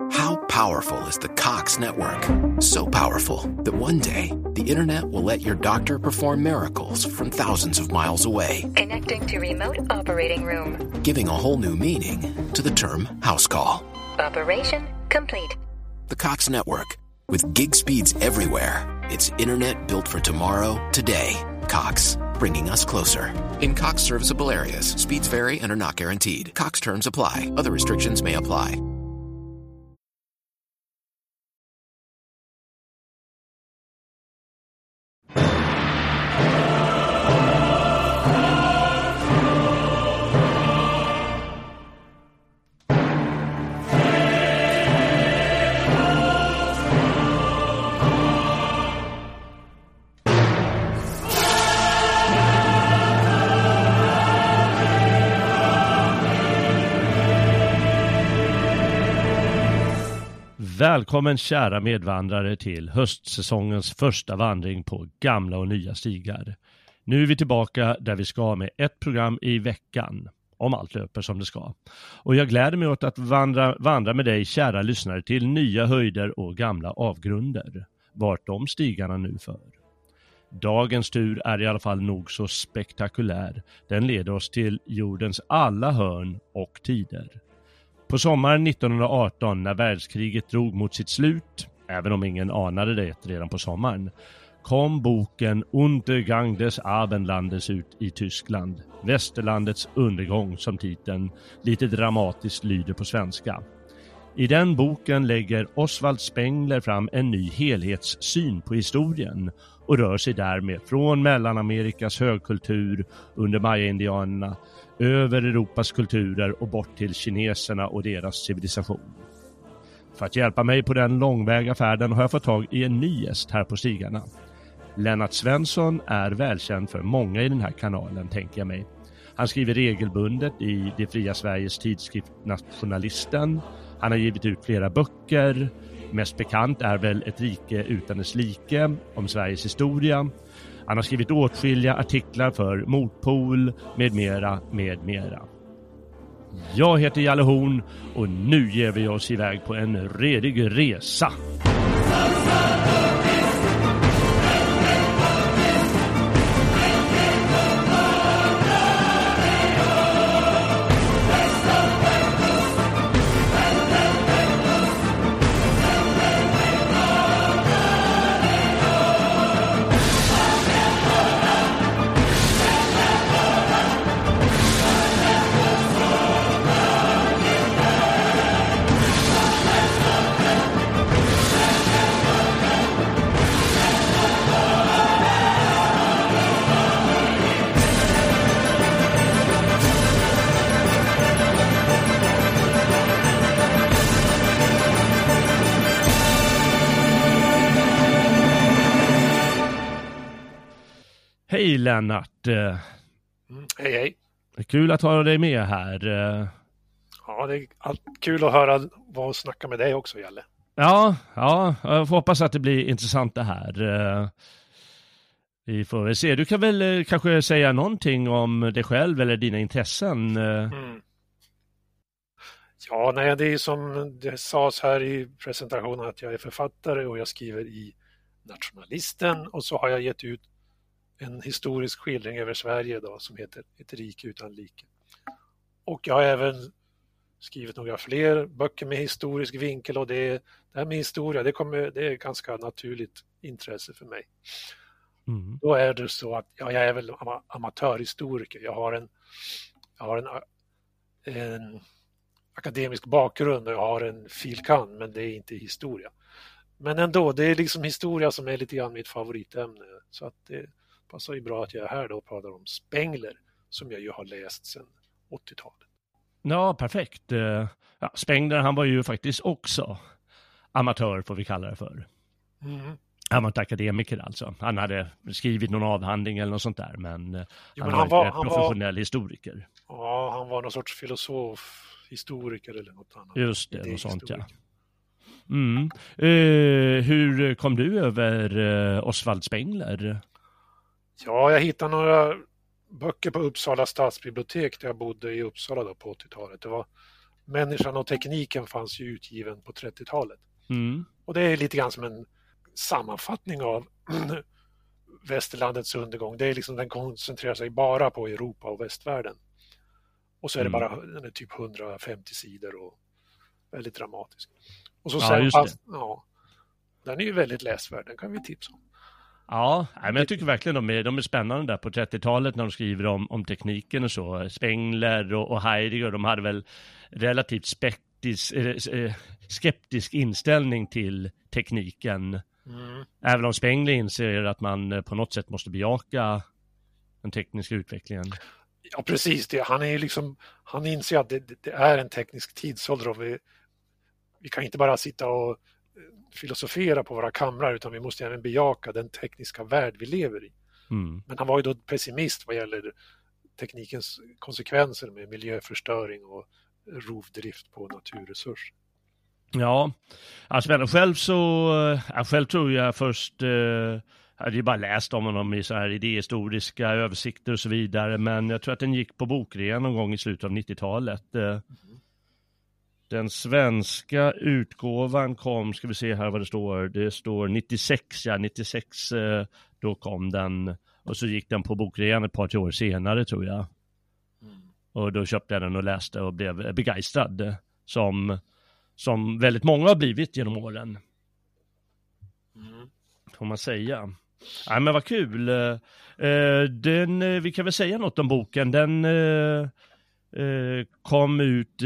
How powerful is the Cox network? So powerful that one day, the internet will let your doctor perform miracles from thousands of miles away. Connecting to remote operating room. Giving a whole new meaning to the term house call. Operation complete. The Cox network. With gig speeds everywhere. It's internet built for tomorrow, today. Cox, bringing us closer. In Cox serviceable areas, speeds vary and are not guaranteed. Cox terms apply. Other restrictions may apply. Välkommen kära medvandrare till höstsäsongens första vandring på gamla och nya stigar. Nu är vi tillbaka där vi ska med ett program i veckan, om allt löper som det ska. Och jag gläder mig åt att vandra med dig kära lyssnare till nya höjder och gamla avgrunder. Vart de stigarna nu för. Dagens tur är i alla fall nog så spektakulär. Den leder oss till jordens alla hörn och tider. På sommaren 1918 när världskriget drog mot sitt slut, även om ingen anade det redan på sommaren, kom boken Untergang des Abendlandes ut i Tyskland. Västerlandets undergång som titeln lite dramatiskt lyder på svenska. I den boken lägger Oswald Spengler fram en ny helhetssyn på historien och rör sig därmed från Mellanamerikas högkultur under Maya-indianerna över Europas kulturer och bort till kineserna och deras civilisation. För att hjälpa mig på den långväga färden har jag fått tag i en ny gäst här på stigarna. Lennart Svensson är välkänd för många i den här kanalen, tänker jag mig. Han skriver regelbundet i Det fria Sveriges tidskrift Nationalisten. Han har givit ut flera böcker. Mest bekant är väl Ett rike utan dess like om Sveriges historia. Han har skrivit åtskilliga artiklar för Motpol med mera, med mera. Jag heter Jalle Horn och nu ger vi oss iväg på en redig resa. Hej Lennart. Hej hej. Kul att ha dig med här. Ja, det är kul att höra vad och snacka med dig också, Jalle. Ja, jag får hoppas att det blir intressant det här. Vi får väl se. Du kan väl kanske säga någonting om dig själv eller dina intressen? Ja, nej, det är som det sades här i presentationen att jag är författare och jag skriver i Nationalisten och så har jag gett ut en historisk skildring över Sverige då, som heter Ett rike utan like. Och jag har även skrivit några fler böcker med historisk vinkel och det här med historia, det är ganska naturligt intresse för mig. Då är det så att jag är väl amatörhistoriker. Jag har en akademisk bakgrund och jag har en filkand, men det är inte historia. Men ändå, det är liksom historia som är lite grann mitt favoritämne. Så att det passar ju bra att jag är här då och pratar om Spengler som jag ju har läst sedan 80-talet. Ja, perfekt. Ja, Spengler, han var ju faktiskt också amatör, får vi kalla det för. Han var inte akademiker alltså. Han hade skrivit någon avhandling eller något sånt där, men han var professionell historiker. Ja, han var någon sorts filosof, historiker eller något annat. Just det, något sånt, ja. Hur kom du över Oswald Spengler? Ja, jag hittade några böcker på Uppsala stadsbibliotek där jag bodde i Uppsala då på 80-talet. Det var Människan och tekniken fanns ju utgiven på 30-talet. Mm. Och det är lite grann som en sammanfattning av västerlandets undergång. Det är liksom, den koncentrerar sig bara på Europa och västvärlden. Och så är det bara den är typ 150 sidor och väldigt dramatisk. Och så sen, den är ju väldigt läsvärd, den kan vi tipsa om. Ja, men jag tycker verkligen de är spännande där på 30-talet när de skriver om tekniken och så. Spengler och Heidegger, de hade väl relativt skeptisk inställning till tekniken. Även om Spengler inser att man på något sätt måste bejaka den tekniska utvecklingen. Ja, precis. Han inser att det är en teknisk tidsålder och vi kan inte bara sitta och filosofera på våra kamrar, utan vi måste även bejaka den tekniska värld vi lever i. Men han var ju då pessimist vad gäller teknikens konsekvenser med miljöförstöring och rovdrift på naturresurser. Ja, alltså själv tror jag först hade ju bara läst om honom i så här idéhistoriska översikter och så vidare, men jag tror att den gick på bokrean någon gång i slutet av 90-talet. Den svenska utgåvan kom, ska vi se här vad det står. Det står 96, då kom den. Och så gick den på bokrean ett par 3 år senare tror jag. Och då köpte jag den och läste och blev begeistrad. Som väldigt många har blivit genom åren. Får man säga. Ja, men vad kul. Vi kan väl säga något om boken. Den kom ut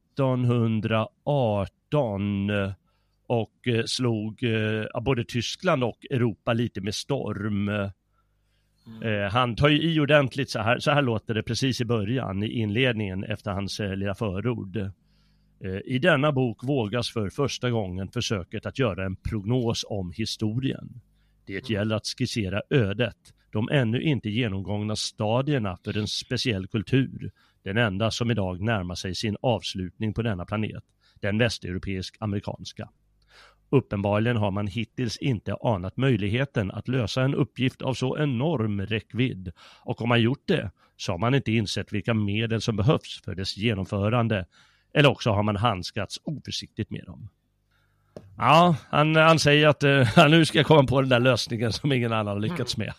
1918 och slog både Tyskland och Europa lite med storm. Han tar ju i ordentligt så här låter det precis i början, i inledningen efter hans lilla förord. I denna bok vågas för första gången försöket att göra en prognos om historien. Det gäller att skissera ödet, de ännu inte genomgångna stadierna för en speciell kultur, den enda som idag närmar sig sin avslutning på denna planet, den västeuropeisk-amerikanska. Uppenbarligen har man hittills inte anat möjligheten att lösa en uppgift av så enorm räckvidd, och om man gjort det så har man inte insett vilka medel som behövs för dess genomförande, eller också har man handskats oförsiktigt med dem. Ja, han säger att nu ska jag komma på den där lösningen som ingen annan har lyckats med.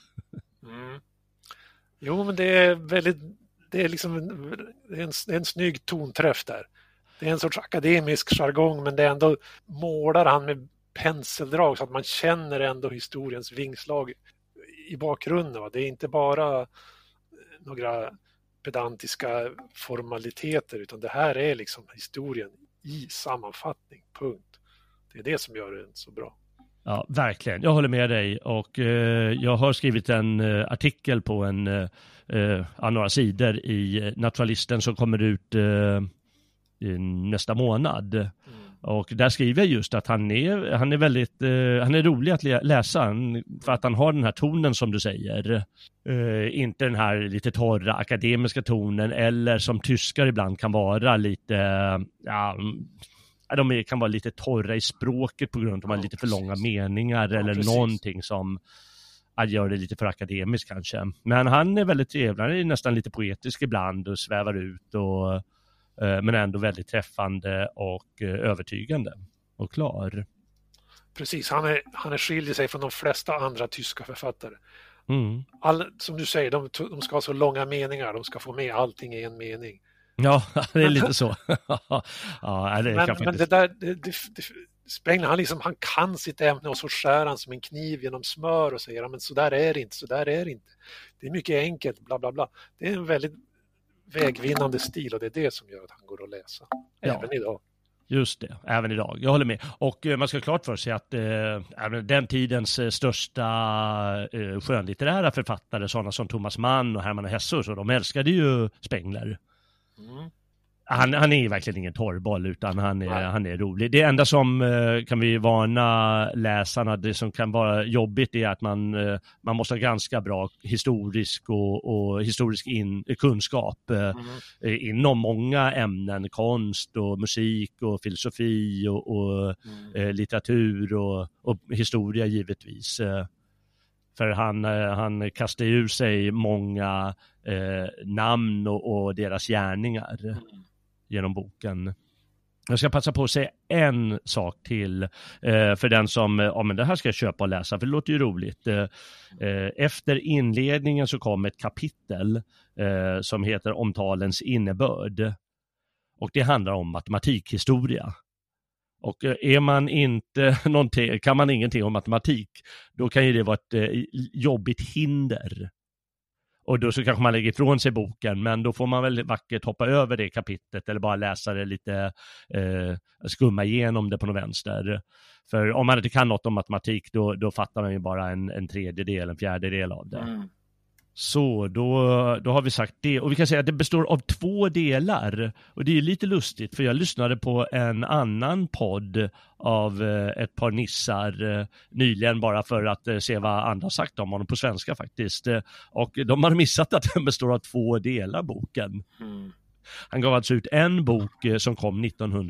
Jo, men det är en snygg tonträff där. Det är en sorts akademisk jargong, men det är ändå målar han med penseldrag så att man känner ändå historiens vingslag i bakgrunden. Va? Det är inte bara några pedantiska formaliteter, utan det här är liksom historien i sammanfattning, punkt. Det är det som gör den så bra. Ja, verkligen. Jag håller med dig, och jag har skrivit en artikel på några sidor i Naturalisten som kommer ut nästa månad. Och där skriver jag just att han är rolig att läsa för att han har den här tonen som du säger. Inte den här lite torra akademiska tonen, eller som tyskar ibland kan vara lite, de kan vara lite torra i språket på grund av att de har lite för långa meningar eller någonting som gör det lite för akademiskt kanske. Men han är väldigt trevlig, han är nästan lite poetisk ibland och svävar ut men ändå väldigt träffande och övertygande och klar. Precis, han skiljer sig från de flesta andra tyska författare. Som du säger, de ska ha så långa meningar, de ska få med allting i en mening. Ja, det är lite så. Men det där, Spengler, han kan sitt ämne och så skär han som en kniv genom smör och säger, men så där är det inte. Det är mycket enkelt, bla bla bla. Det är en väldigt vägvinnande stil, och det är det som gör att han går att läsa även idag. Just det, även idag. Jag håller med. Och man ska klart för sig att den tidens största skönlitterära författare, sådana som Thomas Mann och Hermann Hesse, så de älskade ju Spengler. Han är verkligen ingen torrboll, utan han är rolig. Det enda som kan vi varna läsarna, det som kan vara jobbigt, är att man måste ha ganska bra historisk kunskap inom många ämnen, konst och musik och filosofi och litteratur och historia givetvis. För han kastar ur sig många namn och deras gärningar genom boken. Jag ska passa på att säga en sak till för den som, men det här ska jag köpa och läsa för det låter ju roligt. Efter inledningen så kom ett kapitel som heter Om talens innebörd. Och det handlar om matematikhistoria. Och är man inte kan man ingenting om matematik, då kan ju det vara ett jobbigt hinder. Och då så kanske man lägger ifrån sig boken, men då får man väl vackert hoppa över det kapitlet eller bara läsa det lite, skumma igenom det på något vänster. För om man inte kan något om matematik, då fattar man ju bara en tredjedel, en fjärdedel av det. Mm. Så då har vi sagt det. Och vi kan säga att det består av 2 delar. Och det är lite lustigt, för jag lyssnade på en annan podd av ett par nissar nyligen bara för att se vad andra har sagt om honom på svenska faktiskt. Och de har missat att den består av 2 delar, boken. Mm. Han gav alltså ut en bok som kom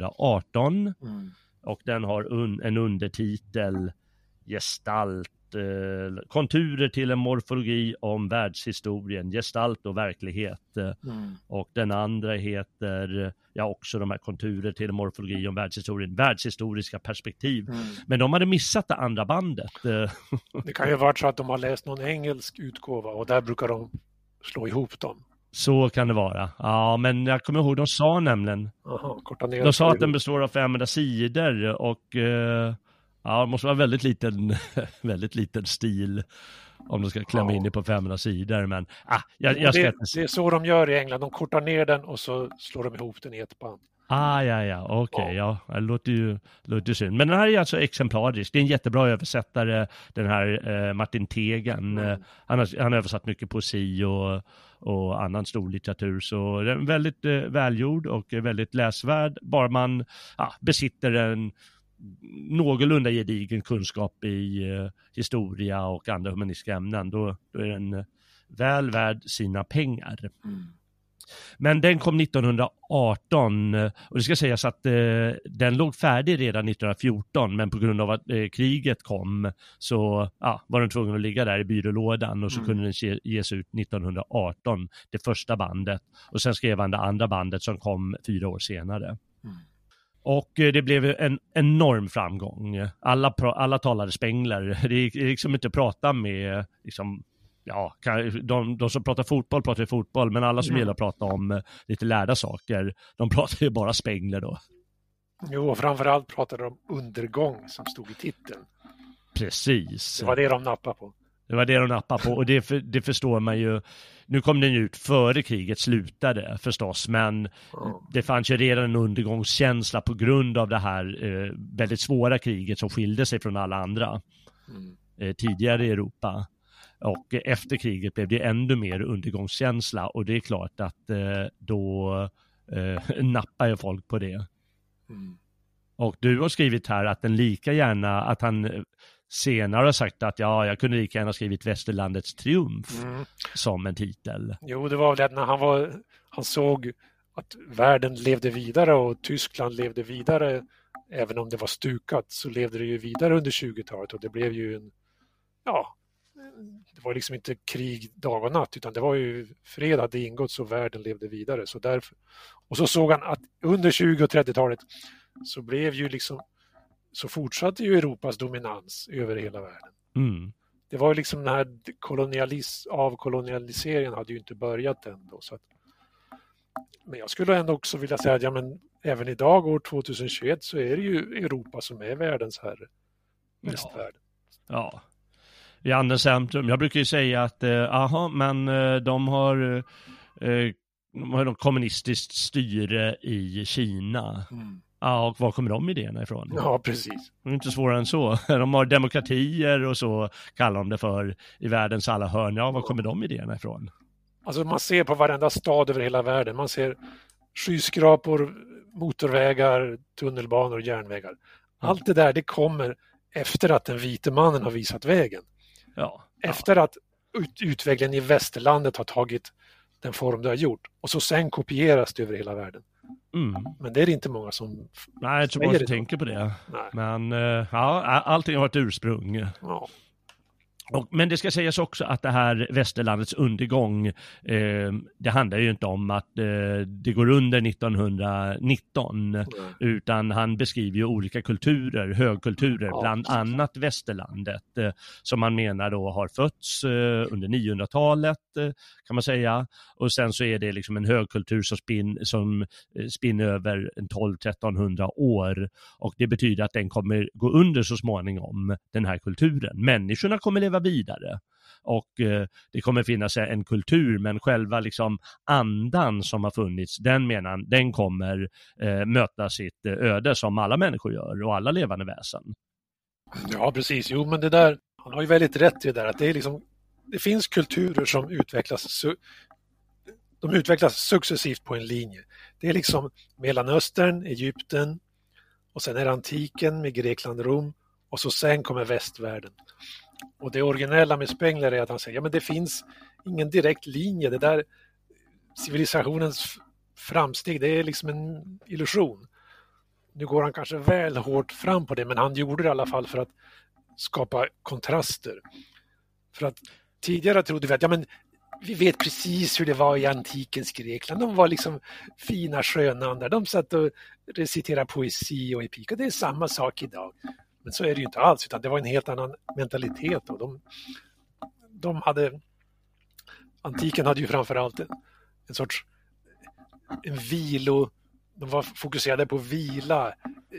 1918 och den har en undertitel Gestalt. Konturer till en morfologi om världshistorien, gestalt och verklighet. Och den andra heter också de här konturer till en morfologi om världshistorien, världshistoriska perspektiv. Men de hade missat det andra bandet. Det kan ju vara så att de har läst någon engelsk utgåva och där brukar de slå ihop dem. Så kan det vara. Ja, men jag kommer ihåg, de sa nämligen de sa att den består av 500 sidor och ja, det måste vara väldigt liten stil om de ska klämma in det på 500 sidor. Men jag ska det är så de gör i England. De kortar ner den och så slår de ihop den i ett band. Okej. Det låter ju synd. Men den här är alltså exemplarisk. Det är en jättebra översättare, den här Martin Tegen. Han har översatt mycket poesi och annan stor litteratur. Så den är väldigt välgjord och väldigt läsvärd. Bara man besitter en någorlunda gedigen kunskap i historia och andra humanistiska ämnen, då är den väl värd sina pengar. Men den kom 1918 och det ska sägas att den låg färdig redan 1914, men på grund av att kriget kom så var den tvungen att ligga där i byrålådan och så kunde den ges ut 1918, det första bandet, och sen skrev han det andra bandet som kom 4 år senare. Och det blev en enorm framgång. Alla talade spengler. Det är liksom inte att prata med liksom, de som pratar fotboll, men alla som gillar att prata om lite lärda saker, de pratar ju bara spengler då. Jo, och framförallt pratade de om undergång som stod i titeln. Precis. Det var det de nappade på. Och det förstår man ju. Nu kom den ut före kriget slutade förstås, men det fanns ju redan en undergångskänsla på grund av det här väldigt svåra kriget som skilde sig från alla andra tidigare i Europa. Och efter kriget blev det ännu mer undergångskänsla, och det är klart att då nappar ju folk på det. Och du har skrivit här att den lika gärna, att han senare har sagt att jag kunde lika gärna skrivit Västerlandets triumf som en titel. Jo, det var väl när han såg att världen levde vidare och Tyskland levde vidare, även om det var stukat, så levde det ju vidare under 20-talet, och det blev ju det var liksom inte krig dag och natt, utan det var ju fred hade ingått, så världen levde vidare. Så därför, och så såg han att under 20- och 30-talet så blev ju liksom, så fortsatte ju Europas dominans över hela världen. Det var ju liksom den här avkolonialiseringen hade ju inte börjat än då, så att, men jag skulle ändå också vilja säga att även idag år 2021 så är det ju Europa som är världens herre, västvärlden. Ja. I andens centrum. Jag brukar ju säga att men de har kommunistiskt styre i Kina. Ja, och var kommer de idéerna ifrån? Ja, precis. Det är inte svårare än så. De har demokratier och så kallar de det för i världens alla hörn. Ja, var kommer de idéerna ifrån? Alltså man ser på varenda stad över hela världen. Man ser skyskrapor, motorvägar, tunnelbanor, järnvägar. Allt det där, det kommer efter att den vite mannen har visat vägen. Efter att utvecklingen i västerlandet har tagit den form det har gjort. Och så sen kopieras det över hela världen. Men det är inte många som... Nej, jag tror många tänker på det. Nej. Men allting har ett ursprung. Ja. Men det ska sägas också att det här västerlandets undergång, det handlar ju inte om att det går under 1919, utan han beskriver ju olika kulturer, högkulturer, bland annat västerlandet, som man menar då har fötts under 900-talet, kan man säga. Och sen så är det liksom en högkultur som spinner över 1200-1300 år, och det betyder att den kommer gå under så småningom, den här kulturen. Människorna kommer leva vidare och det kommer finnas en kultur, men själva liksom andan som har funnits, den kommer möta sitt öde som alla människor gör och alla levande väsen. Ja, precis. Jo, men det där, han har ju väldigt rätt i det där, att det är liksom, det finns kulturer som utvecklas successivt på en linje. Det är liksom Mellanöstern, Egypten, och sen är det antiken med Grekland, Rom, och så sen kommer västvärlden. Och det originella med Spengler är att han säger, ja men det finns ingen direkt linje, det där civilisationens framsteg, det är liksom en illusion. Nu går han kanske väl hårt fram på det, men han gjorde det i alla fall för att skapa kontraster. För att tidigare trodde vi att vi vet precis hur det var i antikens Grekland. De var liksom fina sköna, de satt och reciterade poesi och epik, och det är samma sak idag. Men så är det ju inte alls, utan det var en helt annan mentalitet. Och antiken hade ju framförallt en vilo, de var fokuserade på vila,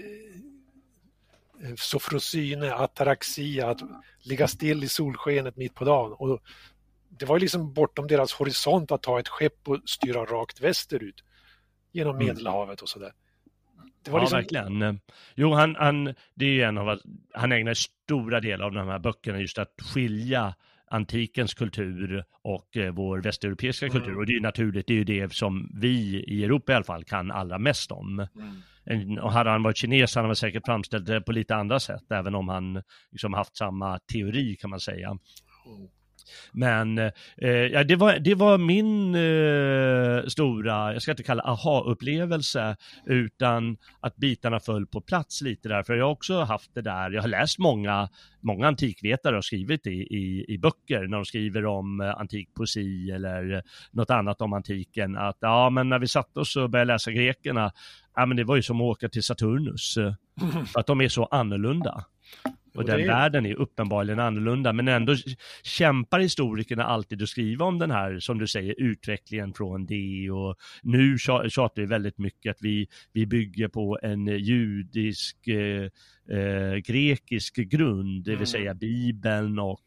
sofrosyne, ataraxia, att ligga still i solskenet mitt på dagen. Och det var ju liksom bortom deras horisont att ta ett skepp och styra rakt västerut genom Medelhavet och sådär. Det var liksom... verkligen. Jo, det är ju han ägnar stora delar av de här böckerna just att skilja antikens kultur och vår västeuropeiska kultur. Och det är ju naturligt, det är ju det som vi i Europa i alla fall kan allra mest om. Och hade han varit kines hade han säkert framställt det på lite andra sätt, även om han liksom haft samma teori, kan man säga. Men det var min stora, jag ska inte kalla aha-upplevelse, utan att bitarna föll på plats lite där. För jag har också haft det där, jag har läst många antikvetare och skrivit i böcker när de skriver om antik poesi eller något annat om antiken, att men när vi satt oss och började läsa grekerna, men det var ju som att åka till Saturnus, för att de är så annorlunda. Och den världen är uppenbarligen annorlunda, men ändå kämpar historikerna alltid att skriva om den här, som du säger, utvecklingen från det. Och nu tjatar vi väldigt mycket att vi bygger på en judisk, grekisk grund, det vill säga Bibeln och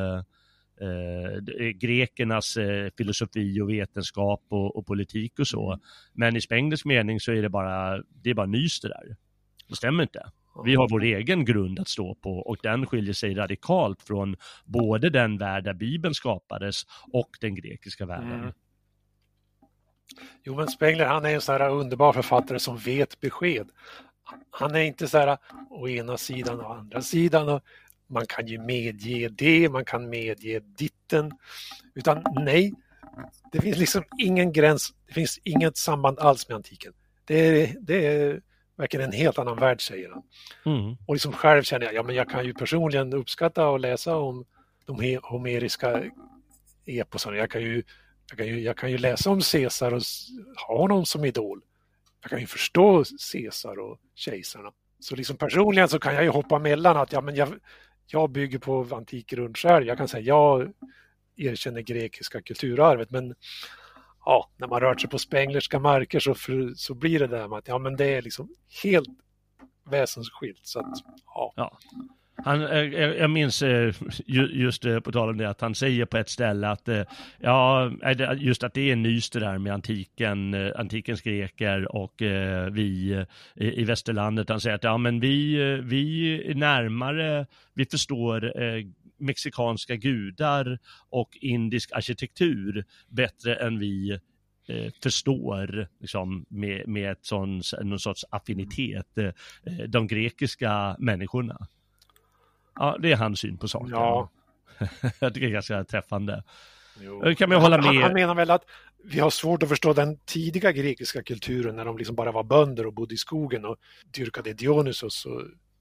grekernas filosofi och vetenskap och politik och så. Men i Spenglers mening så är det bara nys det där. Det stämmer inte. Vi har vår egen grund att stå på, och den skiljer sig radikalt från både den värld där Bibeln skapades och den grekiska världen. Jo, men Spengler, han är en sån här underbar författare som vet besked. Han är inte så här å ena sidan och andra sidan, och man kan ju medge det, man kan medge ditten, utan nej, det finns liksom ingen gräns, det finns inget samband alls med antiken. Det är verkligen en helt annan värld, säger han. Och liksom själv känner jag, men jag kan ju personligen uppskatta och läsa om de homeriska eposerna. Jag kan ju läsa om Caesar och ha honom som idol. Jag kan ju förstå Caesar och kejsarna. Så liksom personligen så kan jag ju hoppa mellan att jag bygger på antik grund själv. Jag kan säga jag erkänner grekiska kulturarvet, men när man rör sig på spenglerska marker så blir det där med att men det är liksom helt väsensskilt. Så att, ja. Jag minns just på tal om det att han säger på ett ställe att just att det är nys det där med antikens greker och vi i västerlandet. Han säger att vi är närmare, vi förstår mexikanska gudar och indisk arkitektur bättre än vi förstår liksom, med någon sorts affinitet de grekiska människorna. Ja, det är hans syn på saken. Ja. Jag tycker det är ganska träffande. Jo. Kan man hålla med. Han menar väl att vi har svårt att förstå den tidiga grekiska kulturen när de liksom bara var bönder och bodde i skogen och dyrkade Dionysos och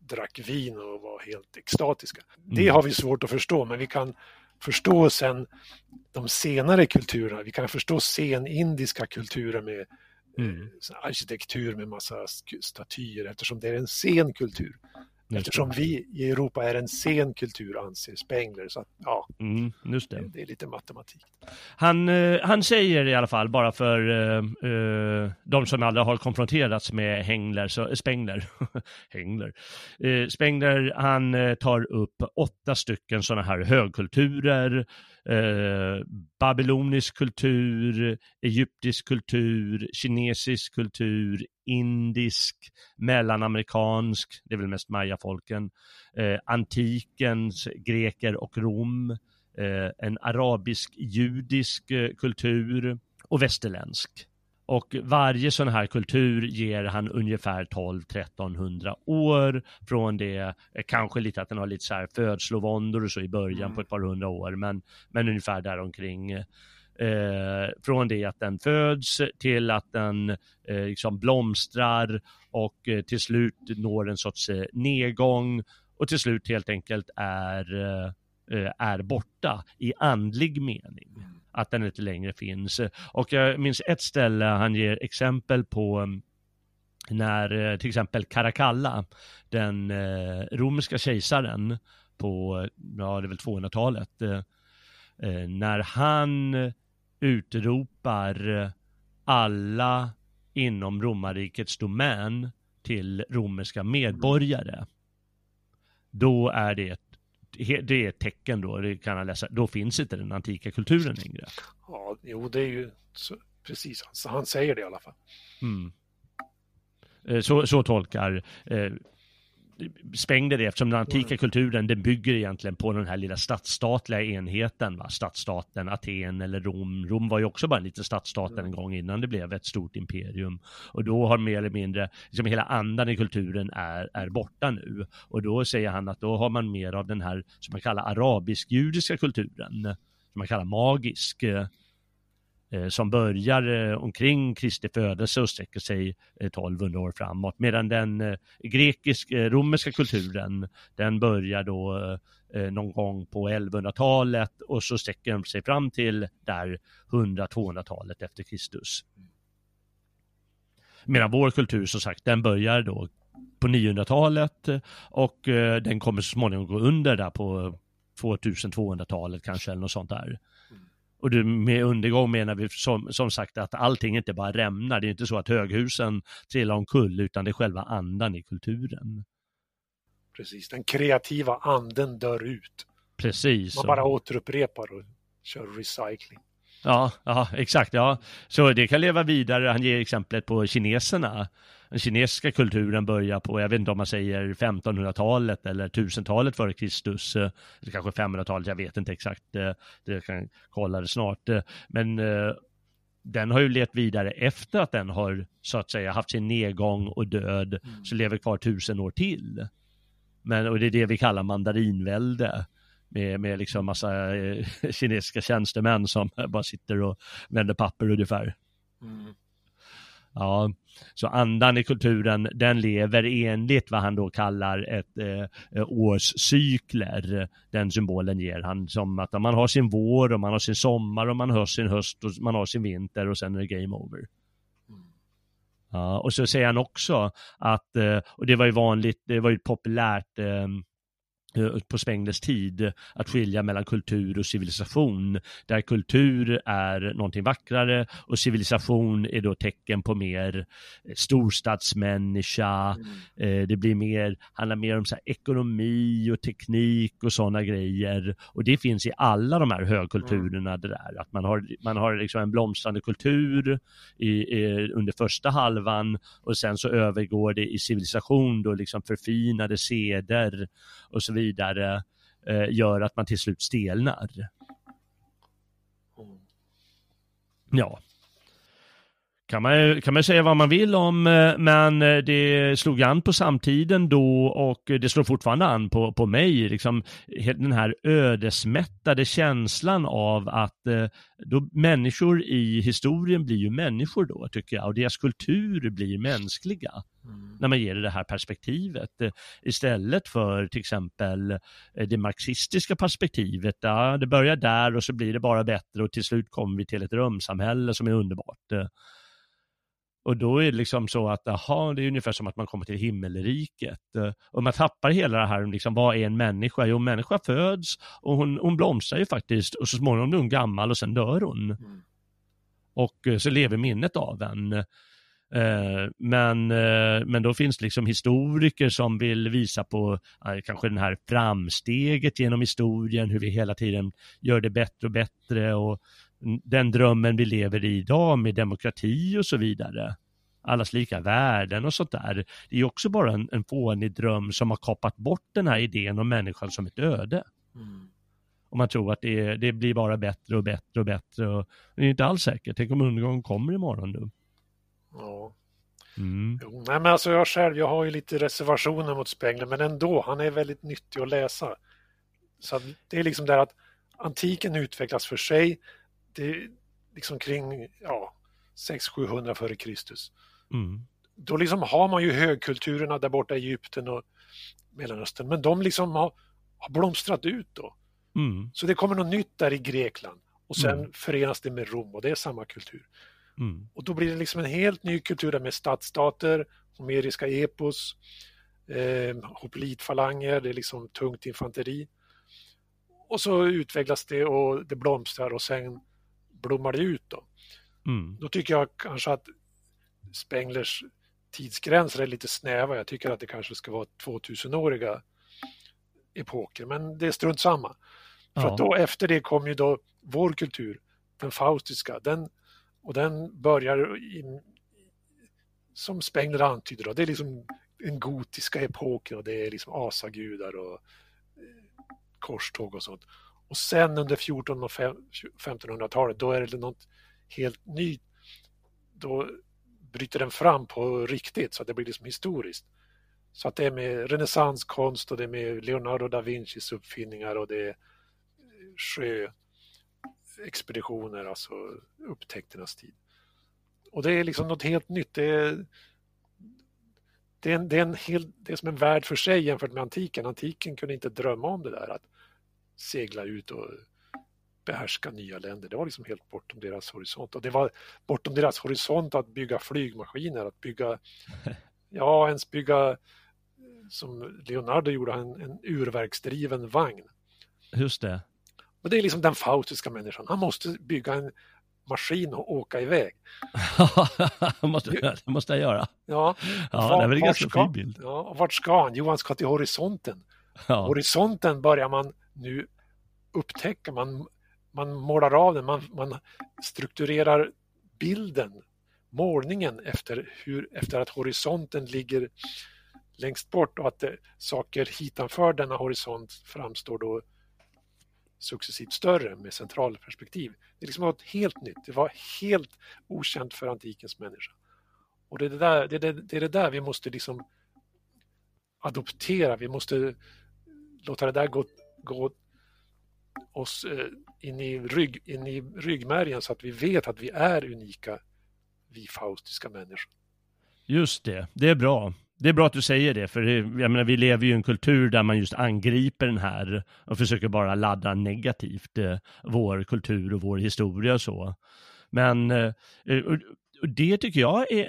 drack vin och var helt extatiska. Det har vi svårt att förstå, men vi kan förstå sen de senare kulturerna. Vi kan förstå sen-indiska kulturer med arkitektur med massa statyer, eftersom det är en sen kultur. Eftersom vi i Europa är en sen kultur, anser Spengler. Så att, ja, just det. Det är lite matematik. Han säger i alla fall, bara för de som aldrig har konfronterats med Spengler, han tar upp 8 stycken sådana här högkulturer. Babylonisk kultur, egyptisk kultur, kinesisk kultur, indisk, mellanamerikansk, det är väl mest mayafolken, antikens, greker och Rom, en arabisk-judisk kultur och västerländsk. Och varje sån här kultur ger han ungefär 1200-1300 år från det, kanske lite att den har lite så här födslovåndor och så i början på ett par hundra år, men ungefär där omkring. Från det att den föds till att den liksom blomstrar och till slut når en sorts nedgång och till slut helt enkelt är borta i andlig mening. Att den inte längre finns. Och jag minns ett ställe han ger exempel på när till exempel Caracalla, den romerska kejsaren på det är väl 200-talet, när han utropar alla inom romarrikets domän till romerska medborgare, då är det är ett tecken då, det kan han läsa, då finns inte den antika kulturen längre. Ja, jo, det är ju precis, han säger det i alla fall. Så tolkar Spengler det, eftersom den antika kulturen, den bygger egentligen på den här lilla stadsstatliga enheten, stadsstaten Aten eller Rom. Rom var ju också bara en liten stadsstat en gång innan det blev ett stort imperium. Och då har mer eller mindre, liksom hela andan i kulturen är borta nu. Och då säger han att då har man mer av den här som man kallar arabisk-judiska kulturen, som man kallar magisk, som börjar omkring Kristi födelse och sträcker sig 1200 år framåt. Medan den grekisk-romerska kulturen, den börjar då någon gång på 1100-talet och så sträcker den sig fram till där 100-200-talet efter Kristus. Medan vår kultur, som sagt, den börjar då på 900-talet och den kommer så småningom gå under där på 2200-talet kanske eller något sånt där. Och med undergång menar vi som sagt att allting inte bara rämnar. Det är inte så att höghusen trillar omkull, utan det är själva andan i kulturen. Precis, den kreativa anden dör ut. Precis. Man bara återupprepar och kör recycling. Ja, exakt. Ja. Så det kan leva vidare. Han ger exemplet på kineserna. Den kinesiska kulturen börjar på, jag vet inte om man säger 1500-talet eller 1000-talet före Kristus, eller kanske 500-talet, jag vet inte exakt, det kan kolla det snart. Men den har ju levt vidare efter att den har så att säga haft sin nedgång och död, så lever kvar 1000 år till. Och det är det vi kallar mandarinvälde. Med liksom massa kinesiska tjänstemän som bara sitter och vänder papper ungefär. Ja, så andan i kulturen, den lever enligt vad han då kallar ett årscykler. Den symbolen ger han som att man har sin vår och man har sin sommar och man har sin höst och man har sin vinter och sen är det game over. Ja, och så säger han också att, och det var ju vanligt, det var ju populärt på Spenglers tid att skilja mellan kultur och civilisation, där kultur är någonting vackrare och civilisation är då tecken på mer storstadsmänniska. Det blir mer, handlar mer om så här ekonomi och teknik och sådana grejer, och det finns i alla de här högkulturerna, det där att man har liksom en blomstrande kultur under första halvan, och sen så övergår det i civilisation då, liksom förfinade seder och så vidare, gör att man till slut stelnar. Ja. kan man säga vad man vill om, men det slog an på samtiden då och det slår fortfarande an på mig. Liksom, den här ödesmättade känslan av att då människor i historien blir ju människor då, tycker jag. Och deras kultur blir mänskliga när man ger det här perspektivet. Istället för till exempel det marxistiska perspektivet. Ja, det börjar där och så blir det bara bättre och till slut kommer vi till ett rumsamhälle som är underbart. Och då är det liksom så att det är ungefär som att man kommer till himmelriket. Och man tappar hela det här, liksom, vad är en människa? Jo, en människa föds och hon blomstrar ju faktiskt. Och så småningom blir hon gammal och sen dör hon. Och så lever minnet av en. Men då finns liksom historiker som vill visa på kanske den här framsteget genom historien, hur vi hela tiden gör det bättre och bättre och den drömmen vi lever i idag med demokrati och så vidare. Allas lika värden och sånt där. Det är också bara en fånig dröm som har kapat bort den här idén om människan som ett öde. Och man tror att det blir bara bättre och bättre och bättre. Och det är inte alls säkert. Tänk om undergången kommer imorgon då. Ja. Jo, nej, men alltså jag har ju lite reservationer mot Spengler, men ändå, han är väldigt nyttig att läsa. Så att det är liksom där att antiken utvecklas för sig. Det är liksom kring 600-700 före Kristus. Då liksom har man ju högkulturerna där borta i Egypten och Mellanöstern, men de liksom har blomstrat ut då. Så det kommer något nytt där i Grekland och sen förenas det med Rom och det är samma kultur. Och då blir det liksom en helt ny kultur där med stadsstater, homeriska epos, hoplitfalanger, det är liksom tungt infanteri. Och så utvecklas det och det blomstrar och sen blommar det ut då. Då tycker jag kanske att Spenglers tidsgränser är lite snäva. Jag tycker att det kanske ska vara 2000-åriga epoker, men det är strunt samma. För att då efter det kom ju då vår kultur, den faustiska, den börjar som Spengler antyder då, det är liksom den gotiska epoken och det är liksom asagudar och korståg och sånt. Och sen under 1400- och 1500-talet då är det något helt nytt. Då bryter den fram på riktigt så att det blir liksom historiskt. Så att det är med renässanskonst och det är med Leonardo da Vincis uppfinningar och det är sjöexpeditioner, alltså upptäckternas tid. Och det är liksom något helt nytt. Det är som en värld för sig jämfört med antiken. Antiken kunde inte drömma om det där att segla ut och behärska nya länder. Det var liksom helt bortom deras horisont. Och det var bortom deras horisont att bygga flygmaskiner, att bygga som Leonardo gjorde, en urverksdriven vagn. Just det. Och det är liksom den faustiska människan. Han måste bygga en maskin och åka iväg. det måste jag göra. Ja, det är väl en ganska fin bild. Ja, och vart ska han? Jo, han ska till horisonten. Ja. Horisonten börjar man nu upptäcka. Man målar av den, man strukturerar bilden, målningen efter att horisonten ligger längst bort och att saker hitanför denna horisont framstår då successivt större med centralperspektiv. Det är liksom något helt nytt. Det var helt okänt för antikens människa. Och det är det där vi måste liksom adoptera. Vi måste låta det där gå oss in i ryggmärgen så att vi vet att vi är unika, vi faustiska människor. Just det, det är bra. Det är bra att du säger det, för jag menar, vi lever ju i en kultur där man just angriper den här och försöker bara ladda negativt vår kultur och vår historia och så. Men det tycker jag är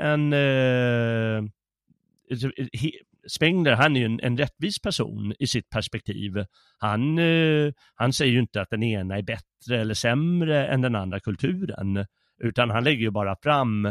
Spengler, han är ju en rättvis person i sitt perspektiv. Han säger ju inte att den ena är bättre eller sämre än den andra kulturen, utan han lägger ju bara fram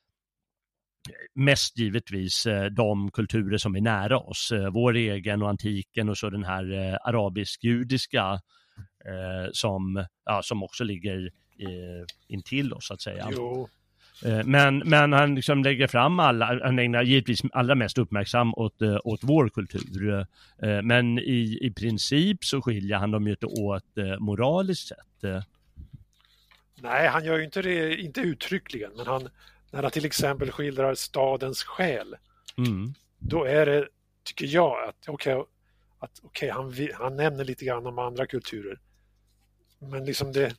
mest givetvis de kulturer som är nära oss, vår egen och antiken och så den här arabisk-judiska som också ligger intill oss så att säga. Jo. Men han liksom lägger fram han ägnar givetvis allra mest uppmärksam åt vår kultur. Men i princip så skiljer han dem ju inte åt moraliskt sett. Nej, han gör ju inte det, inte uttryckligen, men När han till exempel skildrar stadens själ, Mm. då är det, tycker jag, att han nämner lite grann om andra kulturer. Men liksom det,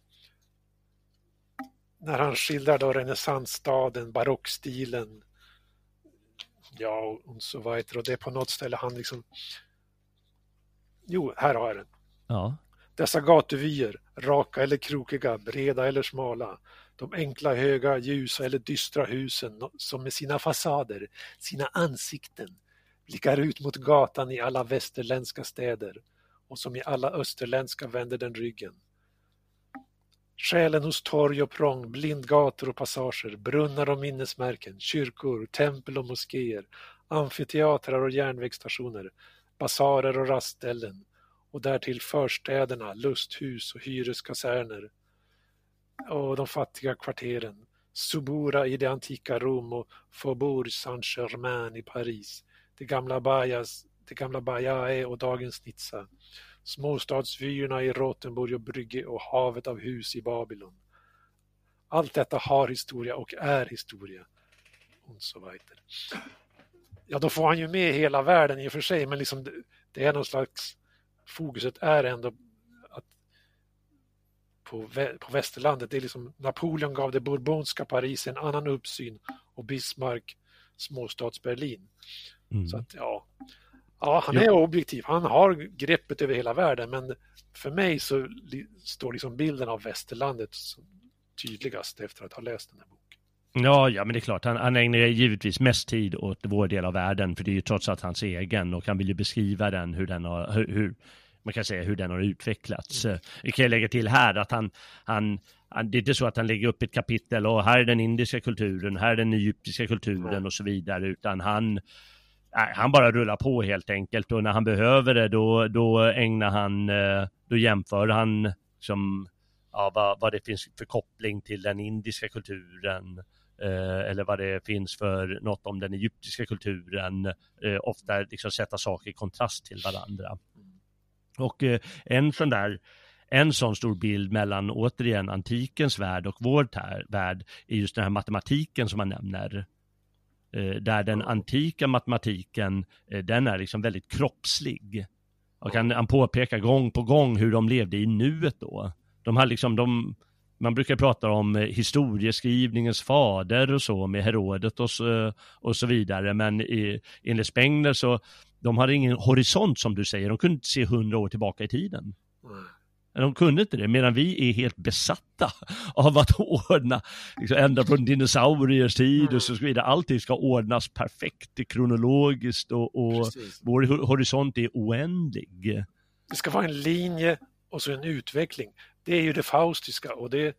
när han skildrar då renässansstaden, barockstilen, ja, och så vidare, och det är på något ställe han liksom, jo, här har jag den. Ja. Dessa gatuvyer, raka eller krokiga, breda eller smala, de enkla, höga, ljusa eller dystra husen som med sina fasader, sina ansikten, blickar ut mot gatan i alla västerländska städer och som i alla österländska vänder den ryggen. Själen hos torg och prång, blindgator och passager, brunnar och minnesmärken, kyrkor, tempel och moskéer, amfiteatrar och järnvägsstationer, basarer och rastställen, och därtill förstäderna, lusthus och hyreskaserner och de fattiga kvarteren, Subura i det antika Rom och Faubourg Saint-Germain i Paris, det gamla Bajae och dagens Nizza, småstadsvyerna i Rothenburg och Brygge och havet av hus i Babylon. Allt detta har historia och är historia. Och så vidare. Ja, då får han ju med hela världen i och för sig, men liksom det är någon slags, fokuset är ändå att på västerlandet, det är liksom Napoleon gav det bourbonska Paris en annan uppsyn och Bismarck småstads-Berlin. Så att ja, han är objektiv, han har greppet över hela världen, men för mig så står liksom bilden av västerlandet tydligast efter att ha läst den här boken. Ja, men det är klart, han ägnar givetvis mest tid åt vår del av världen, för det är ju trots allt hans egen, och han vill ju beskriva den, hur den har utvecklats. Vi kan lägga till här att han det är inte så att han lägger upp ett kapitel och här är den indiska kulturen, här är den egyptiska kulturen och så vidare, utan han bara rullar på helt enkelt, och när han behöver det då jämför han som vad det finns för koppling till den indiska kulturen, eller vad det finns för något om den egyptiska kulturen, ofta liksom sätta saker i kontrast till varandra. Och en sån stor bild mellan återigen antikens värld och vår värld är just den här matematiken som man nämner. Där den antika matematiken, den är liksom väldigt kroppslig. Och han påpekar gång på gång hur de levde i nuet då. Man brukar prata om historieskrivningens fader och så med Herodotos och så vidare, men enligt Spengler så de hade ingen horisont, som du säger. De kunde inte se 100 år tillbaka i tiden. De kunde inte det, medan vi är helt besatta av att ordna ända från dinosauriers tid och så vidare. Allting ska ordnas perfekt, kronologiskt, och vår horisont är oändlig. Det ska vara en linje och så en utveckling. Det är ju det faustiska, och det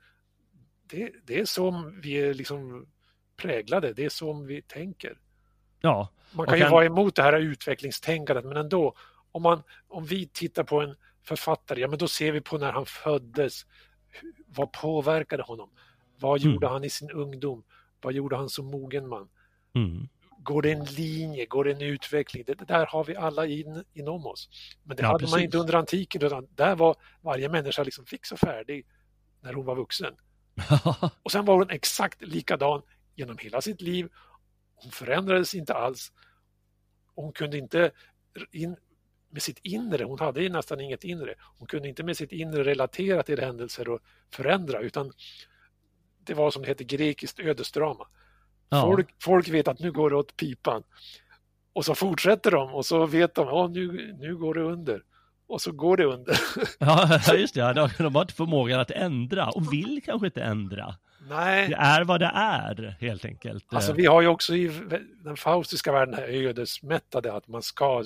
är som vi är liksom präglade, det är som vi tänker. Ja. Man kan ju vara emot det här utvecklingstänkandet, men ändå, om vi tittar på en författare, ja men då ser vi på när han föddes, vad påverkade honom? Vad gjorde han i sin ungdom? Vad gjorde han som mogen man? Går det en linje? Går det en utveckling? Det där har vi alla inom oss. Men det hade man inte under antiken, utan där var varje människa liksom fix och färdig när hon var vuxen. Och sen var hon exakt likadan genom hela sitt liv. Hon förändrades inte alls. Hon kunde inte med sitt inre, hon hade ju nästan inget inre. Hon kunde inte med sitt inre relatera till händelser och förändra, utan det var som det heter grekiskt ödesdrama. Ja. Folk vet att nu går det åt pipan. Och så fortsätter de, och så vet de nu går det under. Och så går det under. Ja, just det. De har inte förmågan att ändra och vill kanske inte ändra. Nej. Det är vad det är, helt enkelt. Alltså vi har ju också i den faustiska världen här ödesmättade, att man ska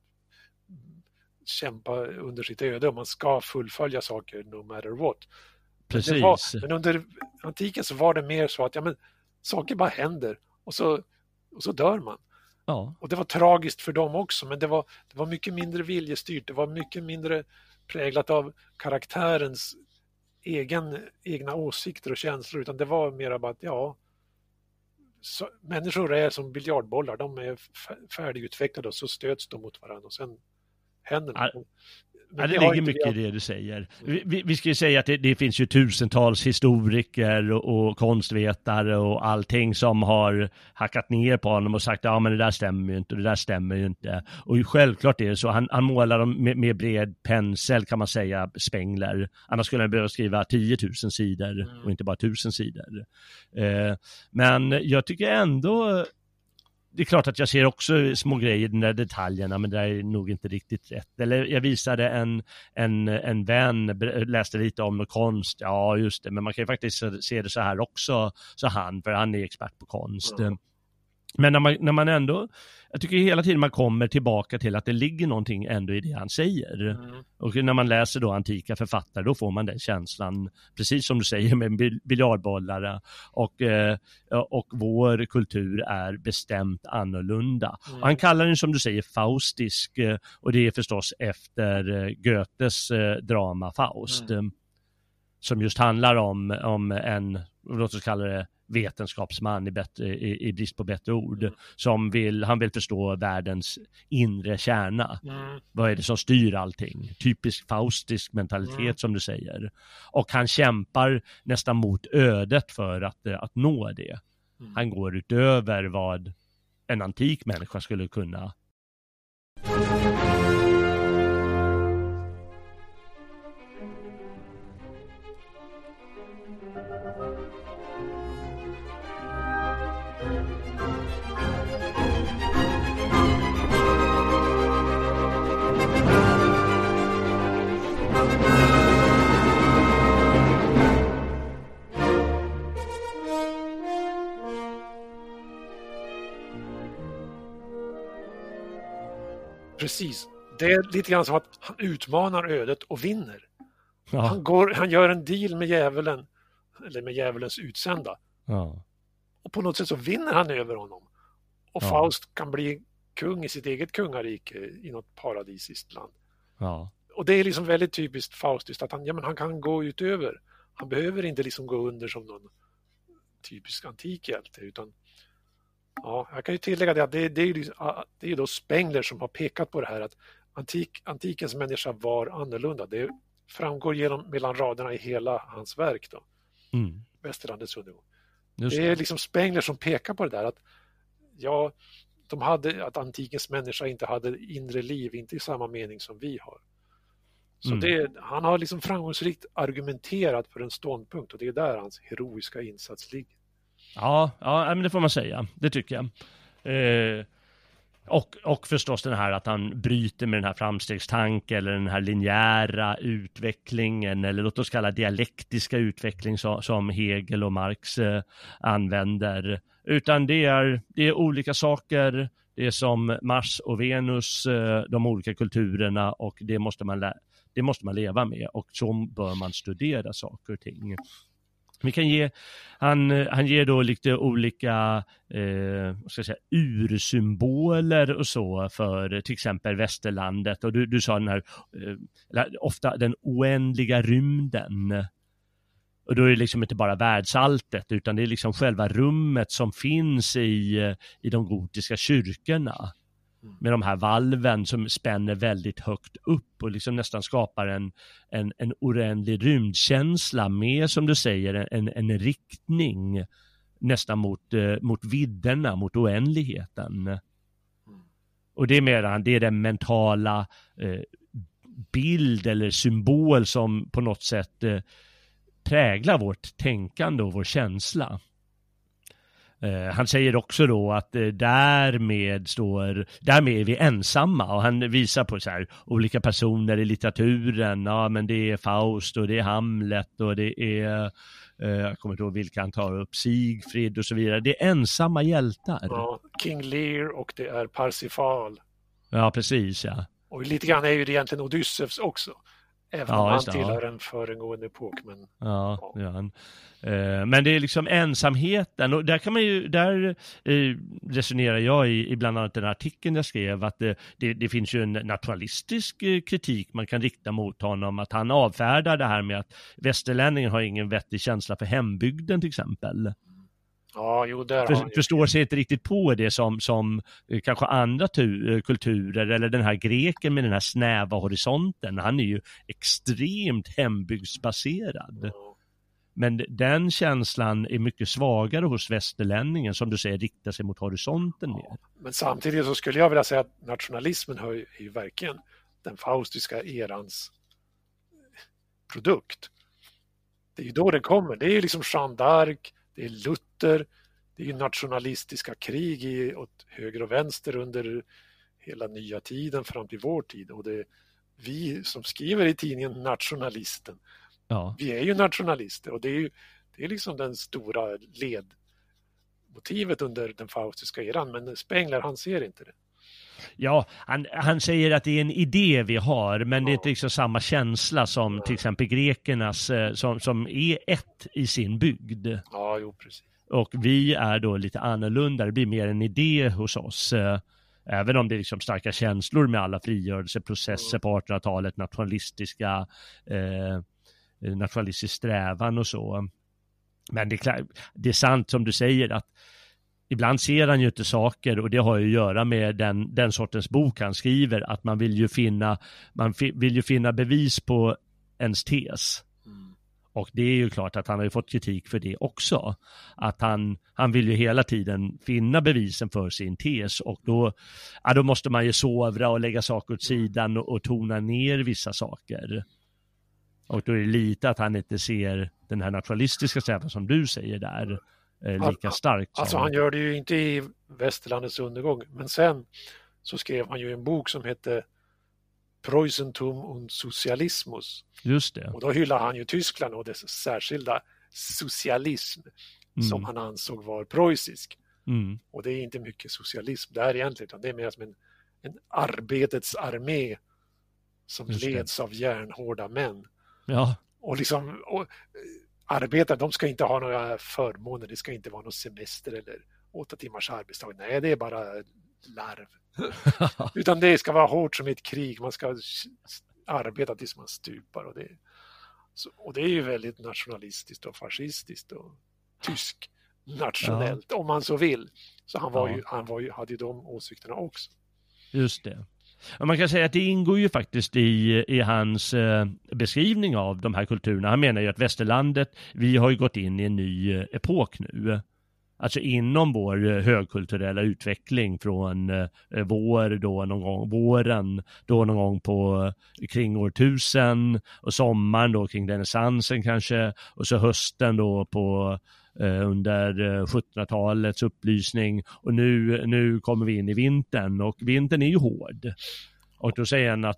kämpa under sitt öde och man ska fullfölja saker no matter what. Precis. Men under antiken så var det mer så att saker bara händer och så dör man. Ja. Och det var tragiskt för dem också, men det var mycket mindre viljestyrt, det var mycket mindre präglat av karaktärens egna åsikter och känslor, utan det var mer bara att människor är som biljardbollar, de är färdigutvecklade och så stöts de mot varandra och sen händer det. Ja, det ligger mycket i det du säger. Vi ska ju säga att det finns ju tusentals historiker och konstvetare och allting som har hackat ner på honom och sagt men det där stämmer ju inte och det där stämmer ju inte. Och självklart är det så. Han målar dem med bred pensel, kan man säga, Spengler. Annars skulle han behöva skriva 10 000 sidor och inte bara 1000 sidor. Men jag tycker ändå... Det är klart att jag ser också små grejer i de där detaljerna, men det är nog inte riktigt rätt. Eller jag visade en vän, läste lite om konst. Ja, just det, men man kan ju faktiskt se det så här också, för han är expert på konst. Men när man ändå, jag tycker hela tiden man kommer tillbaka till att det ligger någonting ändå i det han säger. Och när man läser då antika författare, då får man den känslan, precis som du säger, med biljardbollar och vår kultur är bestämt annorlunda. Och han kallar den, som du säger, faustisk, och det är förstås efter Goethes drama Faust, som just handlar om en, låt oss kalla det, vetenskapsman i brist på bättre ord, som han vill förstå världens inre kärna. Vad är det som styr allting? Typisk faustisk mentalitet, som du säger. Och han kämpar nästan mot ödet för att nå det. Han går utöver vad en antik människa skulle kunna. Precis. Det är lite grann som att han utmanar ödet och vinner. Ja. Han gör en deal med djävulen, eller med djävulens utsända. Ja. Och på något sätt så vinner han över honom. Och Faust kan bli kung i sitt eget kungarike i något paradisiskt land. Ja. Och det är liksom väldigt typiskt faustiskt att han kan gå utöver. Han behöver inte liksom gå under som någon typisk antik hjälte, utan jag kan ju tillägga det att det är då Spengler som har pekat på det här, att antikens människa var annorlunda. Det framgår mellan raderna i hela hans verk då. Västerlandets undergång. Det är liksom Spengler som pekar på det där, att att antikens människa inte hade inre liv, inte i samma mening som vi har. Så han har liksom framgångsrikt argumenterat för en ståndpunkt, och det är där hans heroiska insats ligger. Ja, men det får man säga. Det tycker jag. Och förstås den här att han bryter med den här framstegstanken eller den här linjära utvecklingen, eller låt oss kalla dialektiska utveckling som Hegel och Marx använder. Utan det är olika saker. Det är som Mars och Venus, de olika kulturerna, och det måste man leva med, och så bör man studera saker och ting. Vi kan han ger då lite olika ursymboler och så för till exempel västerlandet, och du sa den här ofta den oändliga rymden. Och då är det liksom inte bara världsalltet, utan det är liksom själva rummet som finns i de gotiska kyrkorna. Med de här valven som spänner väldigt högt upp och liksom nästan skapar en oändlig rymdkänsla med, som du säger, en riktning nästan mot vidderna, mot oändligheten. Och det är den mentala bild eller symbol som på något sätt präglar vårt tänkande och vår känsla. Han säger också då att därmed är vi ensamma, och han visar på så här olika personer i litteraturen. Ja, men det är Faust och det är Hamlet och det är jag kommer inte ihåg vilka han tar upp, Sigfrid och så vidare. Det är ensamma hjältar. Ja, King Lear, och det är Parsifal. Ja, precis, ja. Och lite grann är ju det egentligen Odysseus också. Även om han tillhör en föregående epok. Men, men det är liksom ensamheten, och där resonerar jag i bland annat den artikeln jag skrev, att det finns ju en nationalistisk kritik man kan rikta mot honom, att han avfärdar det här med att västerlänningen har ingen vettig känsla för hembygden till exempel. Ja, jo, där har han Förstår sig inte riktigt på det som kanske andra kulturer, eller den här greken med den här snäva horisonten. Han är ju extremt hembygdsbaserad. Ja. Men den känslan är mycket svagare hos västerlänningen, som du säger, riktar sig mot horisonten mer. Men samtidigt så skulle jag vilja säga att nationalismen är ju verkligen den faustiska erans produkt. Det är ju då det kommer. Det är ju liksom Jeanne d'Arc, det är Luther, det är ju nationalistiska krig åt höger och vänster under hela nya tiden fram till vår tid. Och det är vi som skriver i tidningen Nationalisten. Ja. Vi är ju nationalister, och det är liksom den stora ledmotivet under den faustiska eran, men Spengler, han ser inte det. Ja, han säger att det är en idé vi har, men det är inte liksom samma känsla som till exempel grekernas, som är ett i sin bygd. Ja, jo, precis. Och vi är då lite annorlunda, det blir mer en idé hos oss. Även om det är liksom starka känslor med alla frigörelseprocesser på 1800-talet, nationalistisk strävan och så. Men det är sant som du säger att ibland ser han ju inte saker, och det har ju att göra med den sortens bok han skriver, att man vill ju finna bevis på ens tes. Och det är ju klart att han har ju fått kritik för det också. Att han vill ju hela tiden finna bevisen för sin tes, och då måste man ju sovra och lägga saker åt sidan och tona ner vissa saker. Och då är det lite att han inte ser den här nationalistiska strävan som du säger där lika starkt. Alltså han gör det ju inte i Västerlandets undergång, men sen så skrev han ju en bok som hette Preußentum und Sozialismus. Just det. Och då hyllar han ju Tyskland och dess särskilda socialism som han ansåg var preussisk. Och det är inte mycket socialism där egentligen, utan det är mer som en arbetets armé som leds av järnhårda män. Ja. Och arbetare, de ska inte ha några förmåner, det ska inte vara någon semester eller 8 timmars arbetsdag. Nej, det är bara larv. Utan det ska vara hårt som ett krig, man ska arbeta tills man stupar. Och det är ju väldigt nationalistiskt och fascistiskt och tysk nationellt, om man så vill. Så han hade ju de åsikterna också. Just det. Och man kan säga att det ingår ju faktiskt i hans beskrivning av de här kulturerna. Han menar ju att västerlandet, vi har ju gått in i en ny epok nu. Alltså inom vår högkulturella utveckling från våren då någon gång på kring år 1000, och sommaren då kring renässansen kanske, och så hösten då på under 1700-talets upplysning, och nu kommer vi in i vintern, och vintern är ju hård. Och då säger han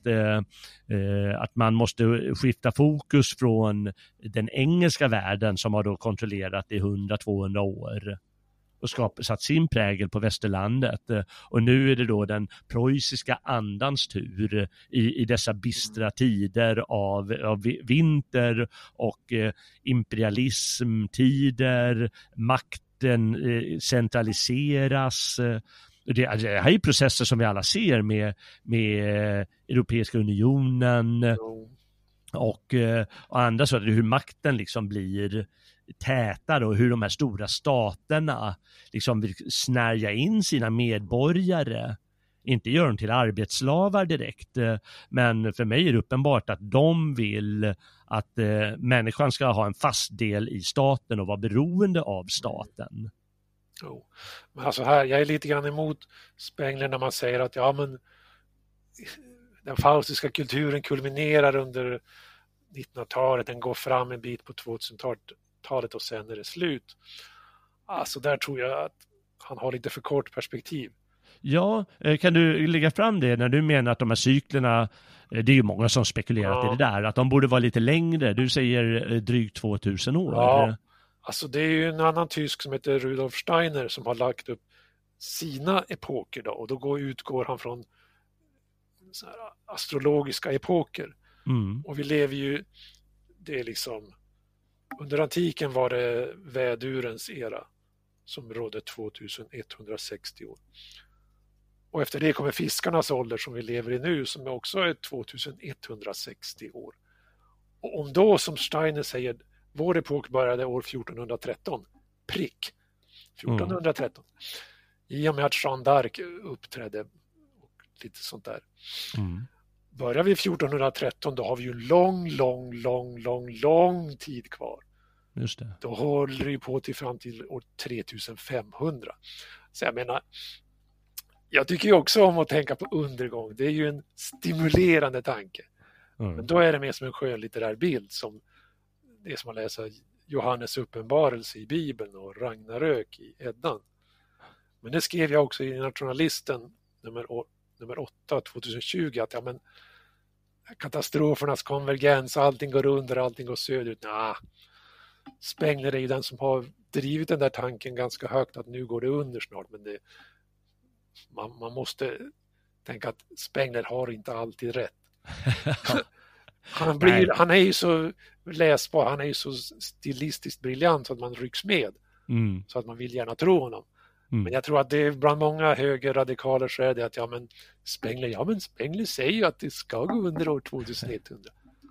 att man måste skifta fokus från den engelska världen som har då kontrollerat i 100-200 år och satt sin prägel på västerlandet. Och nu är det då den preussiska andans tur i dessa bistra tider av vinter och imperialismtider, makten centraliseras. Det här är processer som vi alla ser med Europeiska unionen och andra, så hur makten liksom blir tätare och hur de här stora staterna liksom vill snärja in sina medborgare. Inte gör dem till arbetsslavar direkt, men för mig är det uppenbart att de vill att människan ska ha en fast del i staten och vara beroende av staten. Men alltså här, jag är lite grann emot Spengler när man säger att den faustiska kulturen kulminerar under 1900-talet, den går fram en bit på 2000-talet och sen är det slut. Alltså där tror jag att han har lite för kort perspektiv. Ja, kan du lägga fram det när du menar att de här cyklerna, det är ju många som spekulerat i det där, att de borde vara lite längre. Du säger drygt 2000 år. Ja, alltså det är ju en annan tysk som heter Rudolf Steiner som har lagt upp sina epoker då, och då utgår han från så här astrologiska epoker. Och vi lever ju, det är liksom, under antiken var det vädurens era som rådde 2160 år. Och efter det kommer fiskarnas ålder som vi lever i nu, som också är 2160 år. Och om då, som Steiner säger, vår epok började år 1413, prick, 1413. I och med att Jeanne d'Arc uppträdde och lite sånt där. Börjar vi 1413, då har vi ju lång tid kvar. Just det. Då håller det på till fram till år 3500. Så jag menar, jag tycker ju också om att tänka på undergång. Det är ju en stimulerande tanke. Men då är det mer som en skönlitterär bild, som det är som att läsa Johannes uppenbarelse i Bibeln och Ragnarök i Eddan. Men det skrev jag också i Nationalisten nummer 8 2020, att katastrofernas konvergens, allting går under, allting går söderut. Spengler är ju den som har drivit den där tanken ganska högt, att nu går det under snart, men man måste tänka att Spengler har inte alltid rätt. Han är ju så läsbar, han är ju så stilistiskt briljant så att man rycks med, så att man vill gärna tro honom. Men jag tror att det är bland många högerradikaler så är det att Spengler säger ju att det ska gå under år 2100.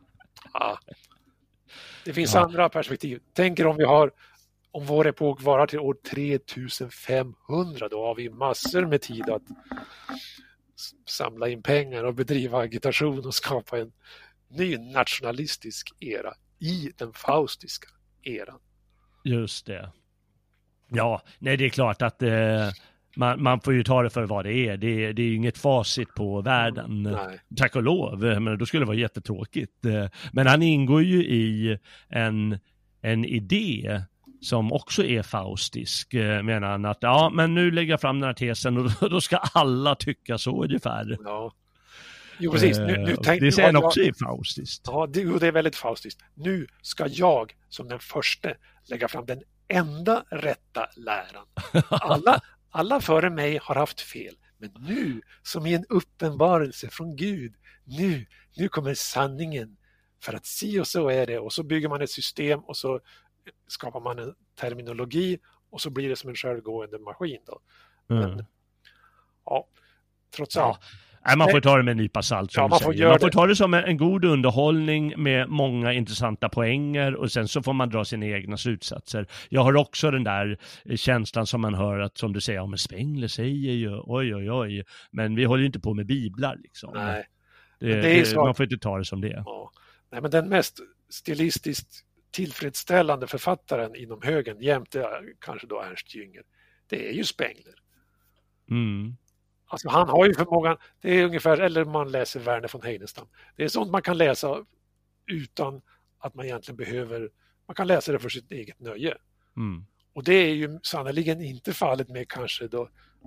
Det finns andra perspektiv. Tänker om vår epok varar till år 3500, då har vi massor med tid att samla in pengar och bedriva agitation och skapa en ny nationalistisk era i den faustiska eran. Just det. Ja, nej, det är klart att man får ju ta det för vad det är. Det är ju inget facit på världen. Nej. Tack och lov, men då skulle det vara jättetråkigt. Men han ingår ju i en idé som också är faustisk, menar han, att men nu lägger jag fram den här tesen och då ska alla tycka så ungefär. Ja. Jo, precis. Det säger han också är faustiskt. Ja, det är väldigt faustiskt. Nu ska jag som den första lägga fram den enda rätta läran. Alla före mig har haft fel, men nu, som i en uppenbarelse från Gud, nu kommer sanningen, för att si och så är det, och så bygger man ett system och så skapar man en terminologi och så blir det som en självgående maskin då. Men trots allt. Nej, man får ta det med en nypa salt. Man får ta det som en god underhållning med många intressanta poänger, och sen så får man dra sina egna slutsatser. Jag har också den där känslan som man hör att, som du säger, men Spengler säger ju oj, men vi håller ju inte på med biblar liksom. Nej. Man får inte ta det som det. Ja. Nej, men den mest stilistiskt tillfredsställande författaren inom högen, jämte kanske då Ernst Jünger, det är ju Spengler. Alltså han har ju förmågan, det är ungefär, eller man läser Verner von Heinestam. Det är sånt man kan läsa utan att man egentligen behöver, man kan läsa det för sitt eget nöje. Och det är ju sannoliken inte fallet med kanske då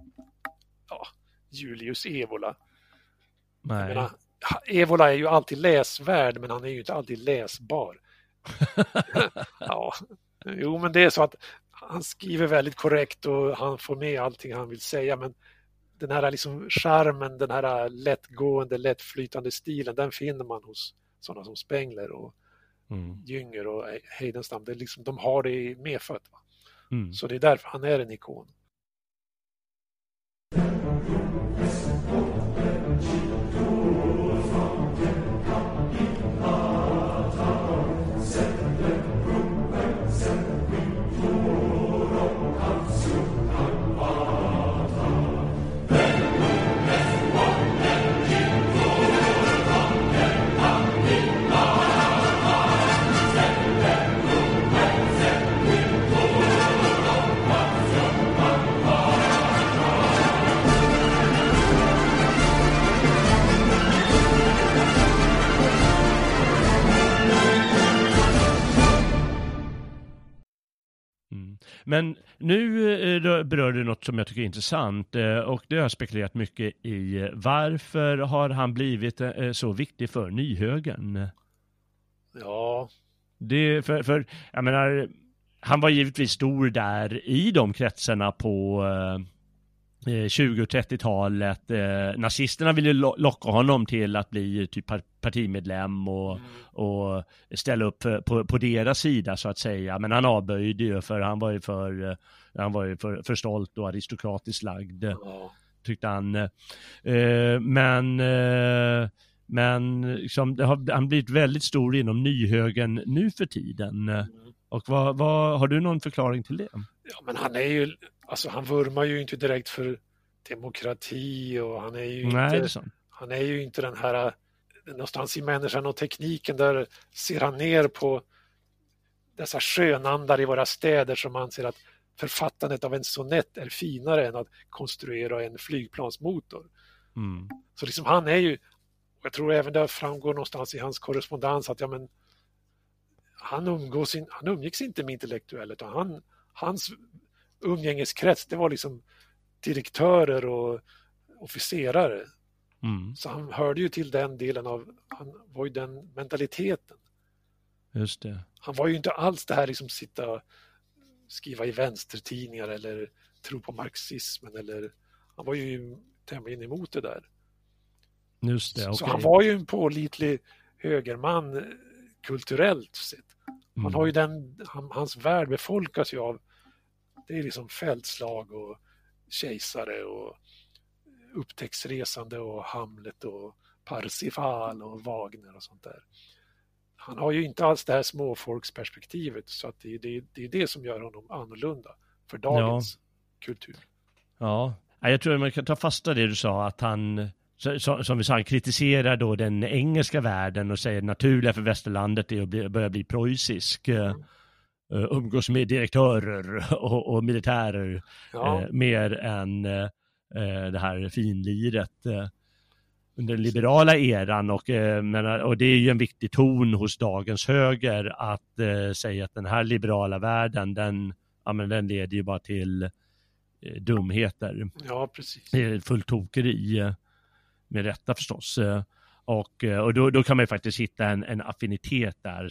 Julius Evola. Nej. Jag menar, Evola är ju alltid läsvärd, men han är ju inte alltid läsbar. Jo, men det är så att han skriver väldigt korrekt och han får med allting han vill säga, men den här liksom charmen, den här lättgående, lättflytande stilen, den finner man hos sådana som Spengler och Jünger och Heidenstam. Det är liksom, de har det medfött. Så det är därför han är en ikon. Men nu berör du något som jag tycker är intressant, och det har jag spekulerat mycket i. Varför har han blivit så viktig för nyhögern? Ja. Det, för jag menar, han var givetvis stor där i de kretsarna på 20- och 30-talet. Nazisterna ville locka honom till att bli typ partimedlem och ställa upp på deras sida så att säga. Men han avböjde ju, för han var ju för stolt och aristokratiskt lagd, tyckte han. Men liksom, han blivit väldigt stor inom nyhögern nu för tiden. Och vad har du någon förklaring till det? Ja, men han är ju, alltså han vurmar ju inte direkt för demokrati och han är ju inte den här, någonstans i människan och tekniken där ser han ner på dessa skönandar i våra städer som anser att författandet av en sonett är finare än att konstruera en flygplansmotor. Mm. Så liksom han är ju, jag tror även det framgår någonstans i hans korrespondens att han umgicks inte med intellektuella utan hans umgängeskrets det var liksom direktörer och officerare. Mm. Så han hörde ju till den delen han var ju den mentaliteten. Just det. Han var ju inte alls det här liksom skriva i vänstertidningar eller tro på marxismen eller han var ju tämligen emot det där. Just det, okay. Så han var ju en pålitlig högerman kulturellt sett. Han har ju hans värld befolkas ju av det är liksom fältslag och kejsare och upptäcktsresande och Hamlet och Parsifal och Wagner och sånt där. Han har ju inte alls det här småfolksperspektivet så att det är det som gör honom annorlunda för dagens kultur. Ja, jag tror man kan ta fasta det du sa att han, som vi sa, han kritiserar då den engelska världen och säger naturliga för västerlandet är att börja bli preussisk. Umgås med direktörer och militärer mer än det här finliret under den liberala eran och det är ju en viktig ton hos dagens höger att säga att den här liberala världen den leder ju bara till dumheter. Ja, precis. Det är fullt tokeri med rätta förstås. Och då kan man ju faktiskt hitta en affinitet där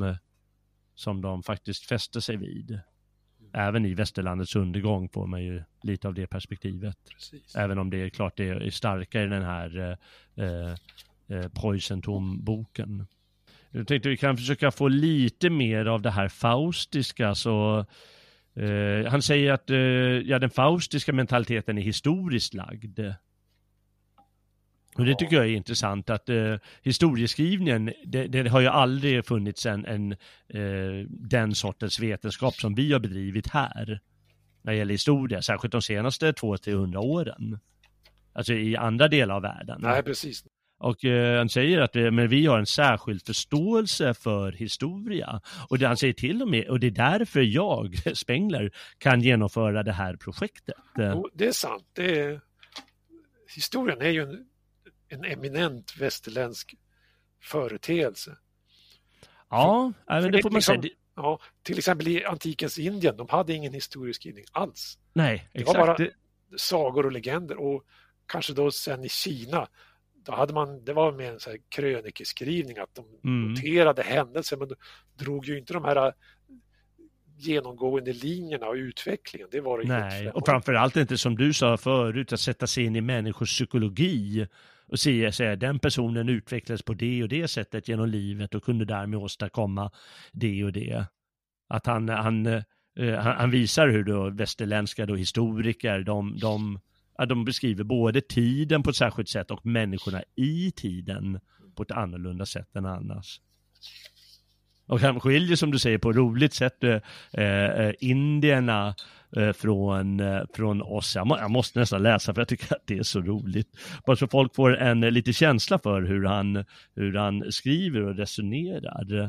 som de faktiskt fäster sig vid. Även i västerlandets undergång får man ju lite av det perspektivet. Precis. Även om det är klart det är starkare i den här Preussen-boken. Jag tänkte vi kan försöka få lite mer av det här faustiska. Så, han säger att den faustiska mentaliteten är historiskt lagd. Och det tycker jag är intressant att historieskrivningen, det har ju aldrig funnits den sortens vetenskap som vi har bedrivit här när det gäller historia, särskilt de senaste 200-300 åren. Alltså i andra delar av världen. Nej, precis. Och han säger att men vi har en särskild förståelse för historia. Och det han säger till och med, och det är därför jag, Spengler, kan genomföra det här projektet. Det är sant. Historien är ju en eminent västerländsk företeelse. Ja, men det får man säga. Ja, till exempel i antikens Indien, de hade ingen historieskrivning alls. Nej, exakt. Det var bara sagor och legender och kanske då sen i Kina, då hade det var med en så här krönikeskrivning att de noterade händelser men drog ju inte de här genomgående linjerna och utvecklingen. Det var det. Nej, och framförallt inte som du sa förut att sätta sig in i människors psykologi och säga den personen utvecklades på det och det sättet genom livet och kunde därmed åstadkomma det och det. Att han visar hur då västerländska då historiker de beskriver både tiden på ett särskilt sätt och människorna i tiden på ett annorlunda sätt än annars. Och han skiljer som du säger på ett roligt sätt indierna från oss. Jag måste nästan läsa för jag tycker att det är så roligt. Bara så folk får en lite känsla för hur han skriver och resonerar.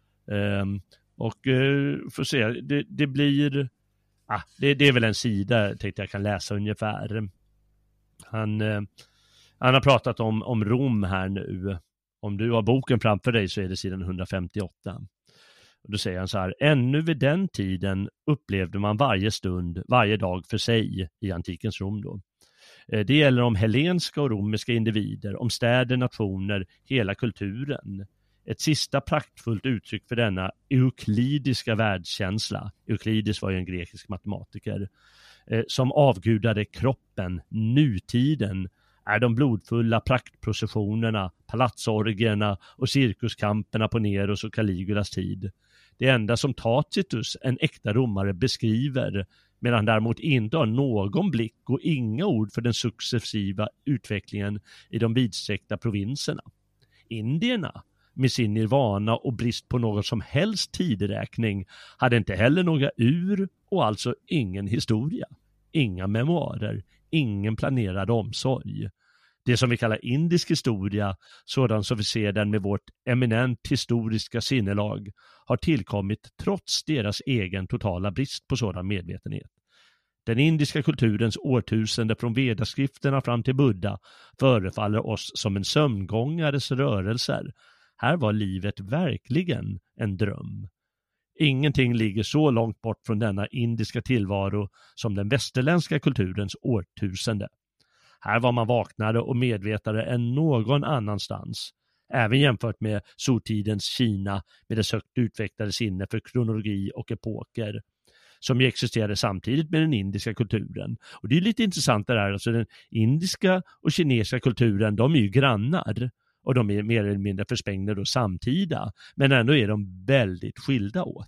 Och får se, det blir... det är väl en sida tänkte jag kan läsa ungefär. Han har pratat om Rom här nu. Om du har boken framför dig så är det sidan 158. Och då säger han så här: ännu vid den tiden upplevde man varje stund, varje dag för sig i antikens Rom då. Det gäller om hellenska och romerska individer, om städer, nationer, hela kulturen. Ett sista praktfullt uttryck för denna euklidiska världskänsla. Euklides var ju en grekisk matematiker. Som avgudade kroppen, nutiden, är de blodfulla praktprocessionerna, palatsorgierna och cirkuskamperna på Neros och Caligulas tid. Det enda som Tacitus, en äkta romare, beskriver, medan däremot inte har någon blick och inga ord för den successiva utvecklingen i de vidsträckta provinserna. Indierna med sin nirvana och brist på någon som helst tideräkning hade inte heller några ur och alltså ingen historia, inga memoarer, ingen planerad omsorg. Det som vi kallar indisk historia, sådan som vi ser den med vårt eminent historiska sinnelag, har tillkommit trots deras egen totala brist på sådan medvetenhet. Den indiska kulturens årtusende från vedaskrifterna fram till Buddha förefaller oss som en sömngångares rörelser. Här var livet verkligen en dröm. Ingenting ligger så långt bort från denna indiska tillvaro som den västerländska kulturens årtusende. Här var man vaknare och medvetare än någon annanstans, även jämfört med sortidens Kina med dess högt utvecklade sinne för kronologi och epoker, som ju existerade samtidigt med den indiska kulturen. Och det är lite intressant det här, alltså den indiska och kinesiska kulturen, de är ju grannar och de är mer eller mindre försprängda då samtida, men ändå är de väldigt skilda åt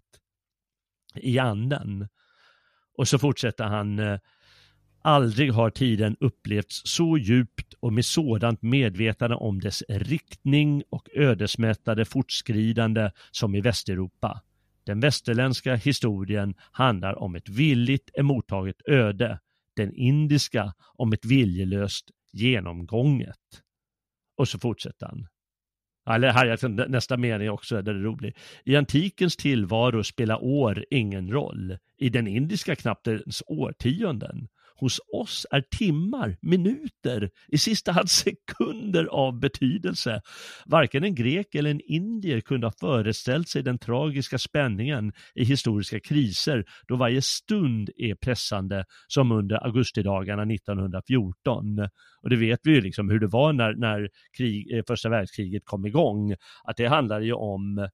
i anden. Och så fortsätter han: aldrig har tiden upplevts så djupt och med sådant medvetande om dess riktning och ödesmättade fortskridande som i Västeuropa. Den västerländska historien handlar om ett villigt emottaget öde, den indiska om ett viljelöst genomgånget. Och så fortsätter han. Eller här, nästa mening också, det är roligt. I antikens tillvaro spelar år ingen roll. I den indiska knappt ens årtionden. Hos oss är timmar, minuter, i sista hand sekunder av betydelse. Varken en grek eller en indier kunde ha föreställt sig den tragiska spänningen i historiska kriser då varje stund är pressande, som under augustidagarna 1914. Och det vet vi ju liksom hur det var när första världskriget kom igång. Att det handlar ju om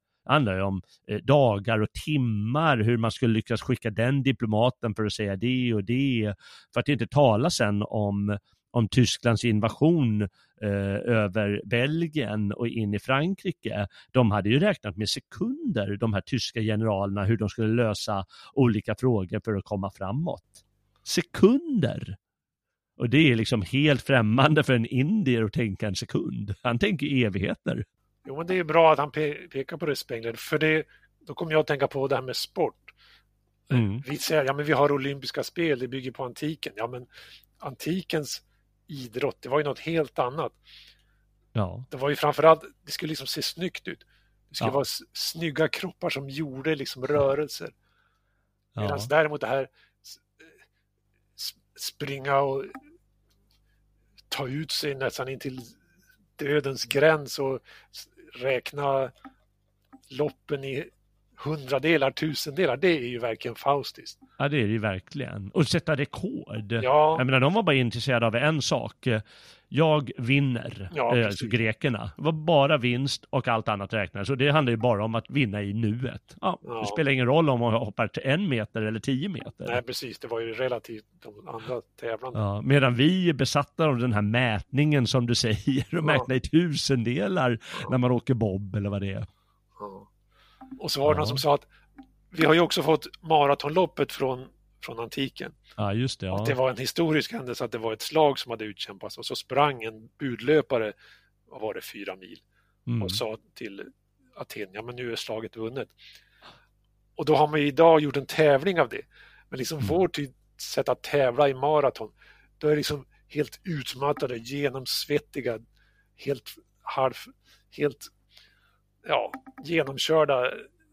dagar och timmar, hur man skulle lyckas skicka den diplomaten för att säga det och det, för att inte tala sen om Tysklands invasion över Belgien och in i Frankrike. De hade ju räknat med sekunder, de här tyska generalerna, hur de skulle lösa olika frågor för att komma framåt. Sekunder! Och det är liksom helt främmande för en indier att tänka en sekund. Han tänker evigheter. Jo, men det är bra att han pekar på det, Spengler, för då kommer jag att tänka på det här med sport. Vi säger, men vi har olympiska spel, det bygger på antiken. Ja, men antikens idrott, det var ju något helt annat. Ja. Det var ju framförallt, det skulle liksom se snyggt ut. Det skulle vara snygga kroppar som gjorde liksom rörelser. Medan däremot det här springa och ta ut sig nästan in till dödens gräns och räkna loppen i 100-delar, 1000-delar, det är ju verkligen faustiskt. Ja, det är det ju verkligen. Och sätta rekord. Ja. Jag menar, de var bara intresserade av en sak. Jag vinner, alltså grekerna. Det var bara vinst och allt annat räknades. Så det handlar ju bara om att vinna i nuet. Det spelar ingen roll om man hoppar till 1 meter eller 10 meter. Nej, precis. Det var ju relativt de andra tävlarna. Ja, medan vi är besatta av den här mätningen som du säger och mäkna i 1000-delar när man åker bob eller vad det är. Ja. Och så var det någon som sa att vi har ju också fått maratonloppet från antiken. Ja, just det. Ja. Och det var en historisk händelse att det var ett slag som hade utkämpats och så sprang en budlöpare, vad var det, 4 mil och sa till Aten, ja men nu är slaget vunnet. Och då har man ju idag gjort en tävling av det. Men liksom vårt sätt att tävla i maraton, då är det liksom helt utmattade, genomsvettiga, helt genomkörda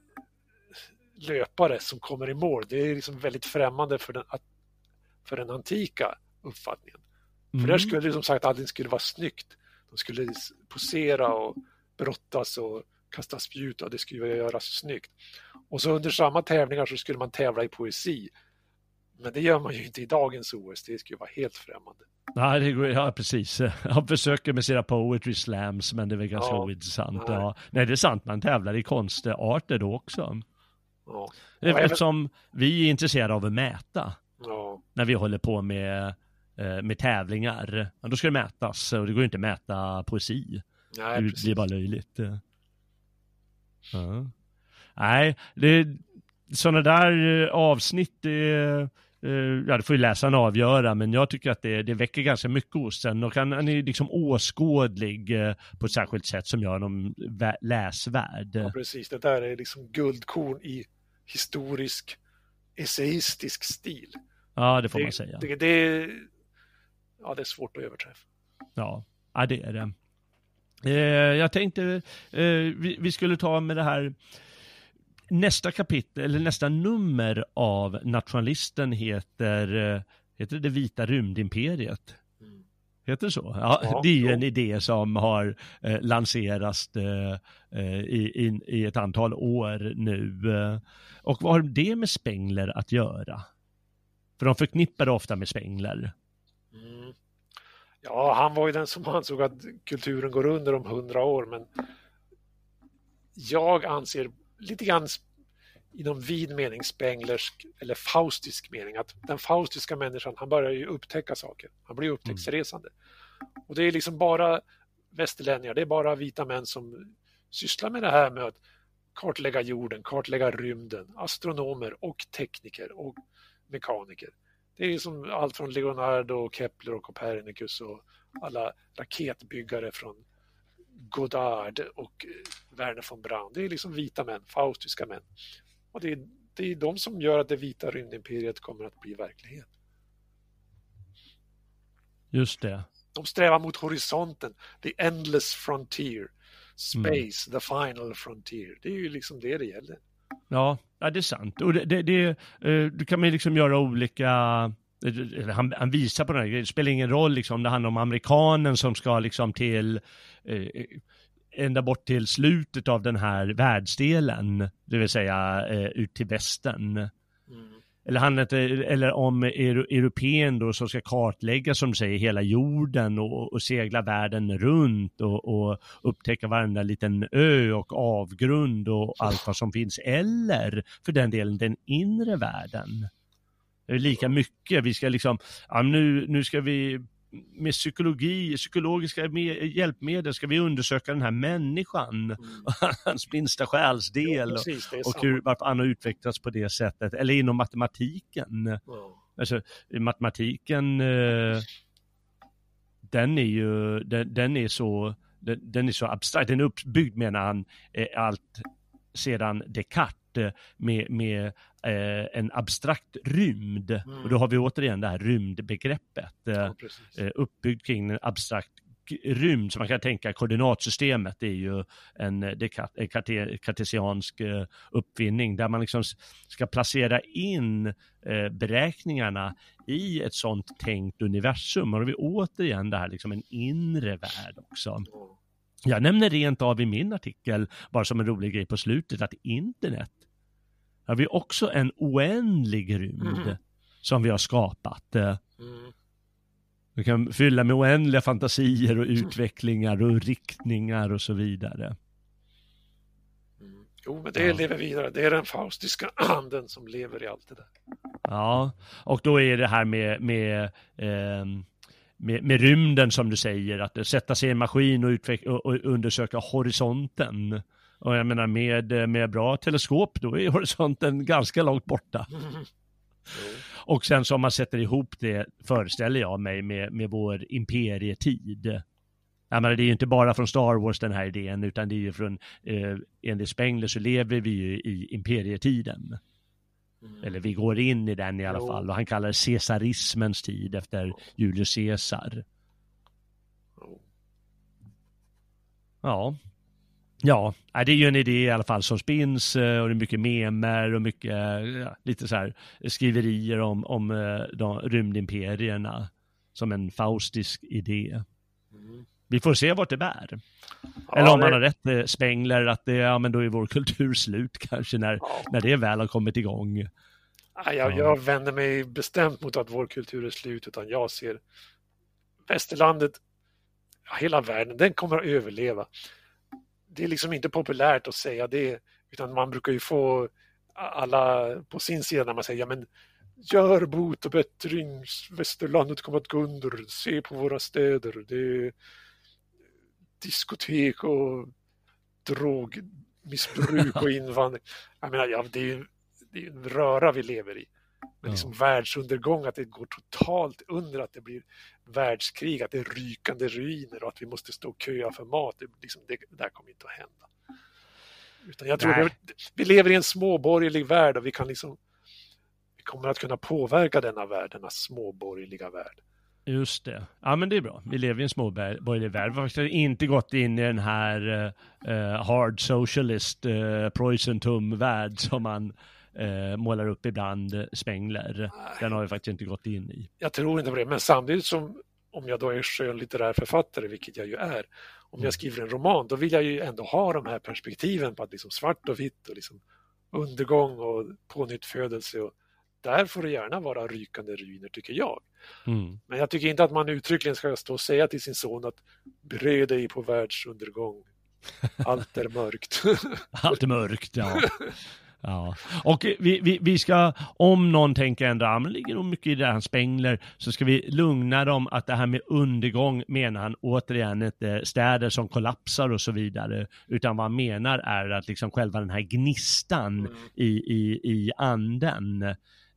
löpare som kommer i mål. Det är liksom väldigt främmande för den antika uppfattningen. För där skulle det som sagt allting skulle vara snyggt. De skulle posera och brottas och kasta spjut och det skulle göras snyggt. Och så under samma tävlingar så skulle man tävla i poesi. Men det gör man ju inte i dagens OS. Det skulle vara helt främmande. Nej, det går, ja, precis. Han försöker med sina poetry slams, men det är väl ganska ointressant. Nej, det är sant. Man tävlar i konstarter då också. Ja. Eftersom vi är intresserade av att mäta när vi håller på med tävlingar. Då ska det mätas och det går inte att mäta poesi. Nej, det blir bara löjligt. Ja. Nej, sådana där avsnitt det får ju läsaren avgöra, men jag tycker att det väcker ganska mycket hos en och han är liksom åskådlig på ett särskilt sätt som gör honom läsvärd. Ja, precis. Det där är liksom guldkorn i historisk, essayistisk stil. Ja, det får man säga. Det är svårt att överträffa. Ja, det är det. Jag tänkte vi skulle ta med det här nästa kapitel, eller nästa nummer av Nationalisten heter Det vita rymdimperiet. Heter det så? Ja, det är ju en idé som har lanserats i ett antal år nu. Och vad har det med Spengler att göra? För de förknippar det ofta med Spengler. Ja, han var ju den som ansåg att kulturen går under om 100 år, men jag anser lite grann inom vid mening Spenglersk eller faustisk mening att den faustiska människan, han börjar ju upptäcka saker. Han blir upptäcktsresande. Och det är liksom bara västerlänningar, det är bara vita män som sysslar med det här med att kartlägga jorden, kartlägga rymden, astronomer och tekniker och mekaniker. Det är som allt från Leonardo och Kepler och Copernicus och alla raketbyggare från Goddard och Werner von Braun. Det är liksom vita män, faustiska män. Och det är de som gör att det vita rymdimperiet kommer att bli verklighet. Just det. De strävar mot horisonten, the endless frontier, space, the final frontier. Det är ju liksom det gäller. Ja, det är sant. Och du kan man liksom göra olika... Han visar på det här. Det spelar ingen roll liksom, det handlar om amerikanen som ska liksom till ända bort till slutet av den här världsdelen, det vill säga ut till västern. Eller om europeen då som ska kartlägga, som säger, hela jorden och segla världen runt och upptäcka varenda liten ö och avgrund och allt vad som finns, eller för den delen den inre världen. Det är lika mycket, vi ska liksom, nu ska vi med psykologiska hjälpmedel ska vi undersöka den här människan, hans minsta själsdel och varför han har utvecklats på det sättet, eller inom matematiken. Alltså matematiken den är så abstrakt, den är uppbyggd, menar han, allt sedan Descartes med en abstrakt rymd. Och då har vi återigen det här rymdbegreppet uppbyggd kring en abstrakt rymd, som man kan tänka koordinatsystemet är ju en kartesiansk uppfinning där man liksom ska placera in beräkningarna i ett sånt tänkt universum. Och då har vi återigen det här liksom en inre värld också. Jag nämner rent av i min artikel, bara som en rolig grej på slutet, att internet har vi också en oändlig rymd som vi har skapat. Vi kan fylla med oändliga fantasier och utvecklingar och riktningar och så vidare. Jo, men det lever vidare. Det är den faustiska anden som lever i allt det där. Ja, och då är det här med rymden, som du säger, att sätta sig i en maskin och undersöka horisonten. Och jag menar med bra teleskop då är horisonten ganska långt borta. Och sen så om man sätter ihop det, föreställer jag mig, med vår imperietid. Jag menar, det är ju inte bara från Star Wars den här idén, utan det är ju från enligt Spengler så lever vi ju i imperietiden. Eller vi går in i den i alla fall. Och han kallar det caesarismens tid efter Julius Caesar. Ja, det är ju en idé i alla fall som spins, och det är mycket memer och mycket lite så här skriverier om de rymdimperierna som en faustisk idé. Vi får se vart det bär. Eller om man har rätt, Spengler, att men då är vår kultur slut kanske när det väl har kommit igång. Jag vänder mig bestämt mot att vår kultur är slut, utan jag ser västerlandet, hela världen, den kommer att överleva. Det är liksom inte populärt att säga det, utan man brukar ju få alla på sin sida när man säger men gör bot och bättring, västerlandet kommer att gå under, se på våra städer, det är diskotek och drogmissbruk och invandring. Jag menar, det är en röra vi lever i. Men liksom världsundergång, att det går totalt under, att det blir världskrig, att det är rykande ruiner och att vi måste stå och köa för mat. Det där kommer inte att hända. Utan jag tror vi lever i en småborgerlig värld och vi kommer att kunna påverka denna småborgerliga värld. Just det. Ja, men det är bra. Vi lever i en småborgerlig värld. Vi har faktiskt inte gått in i den här hard socialist Preußentum-värld som man målar upp ibland, Spengler. Den har vi faktiskt inte gått in i. Jag tror inte på det, men samtidigt som om jag då är skönlitterär författare, vilket jag ju är, om jag skriver en roman, då vill jag ju ändå ha de här perspektiven på att liksom svart och vitt och liksom undergång och pånyttfödelse, och där får det gärna vara rykande ruiner, tycker jag. Men jag tycker inte att man uttryckligen ska stå och säga till sin son att bry dig på världsundergång. Allt är mörkt. Allt är mörkt, ja. Ja. Och vi ska, om någon tänker ändå, men ligger nog mycket i det här Spengler, så ska vi lugna dem att det här med undergång menar han återigen inte städer som kollapsar och så vidare, utan vad han menar är att liksom själva den här gnistan i anden,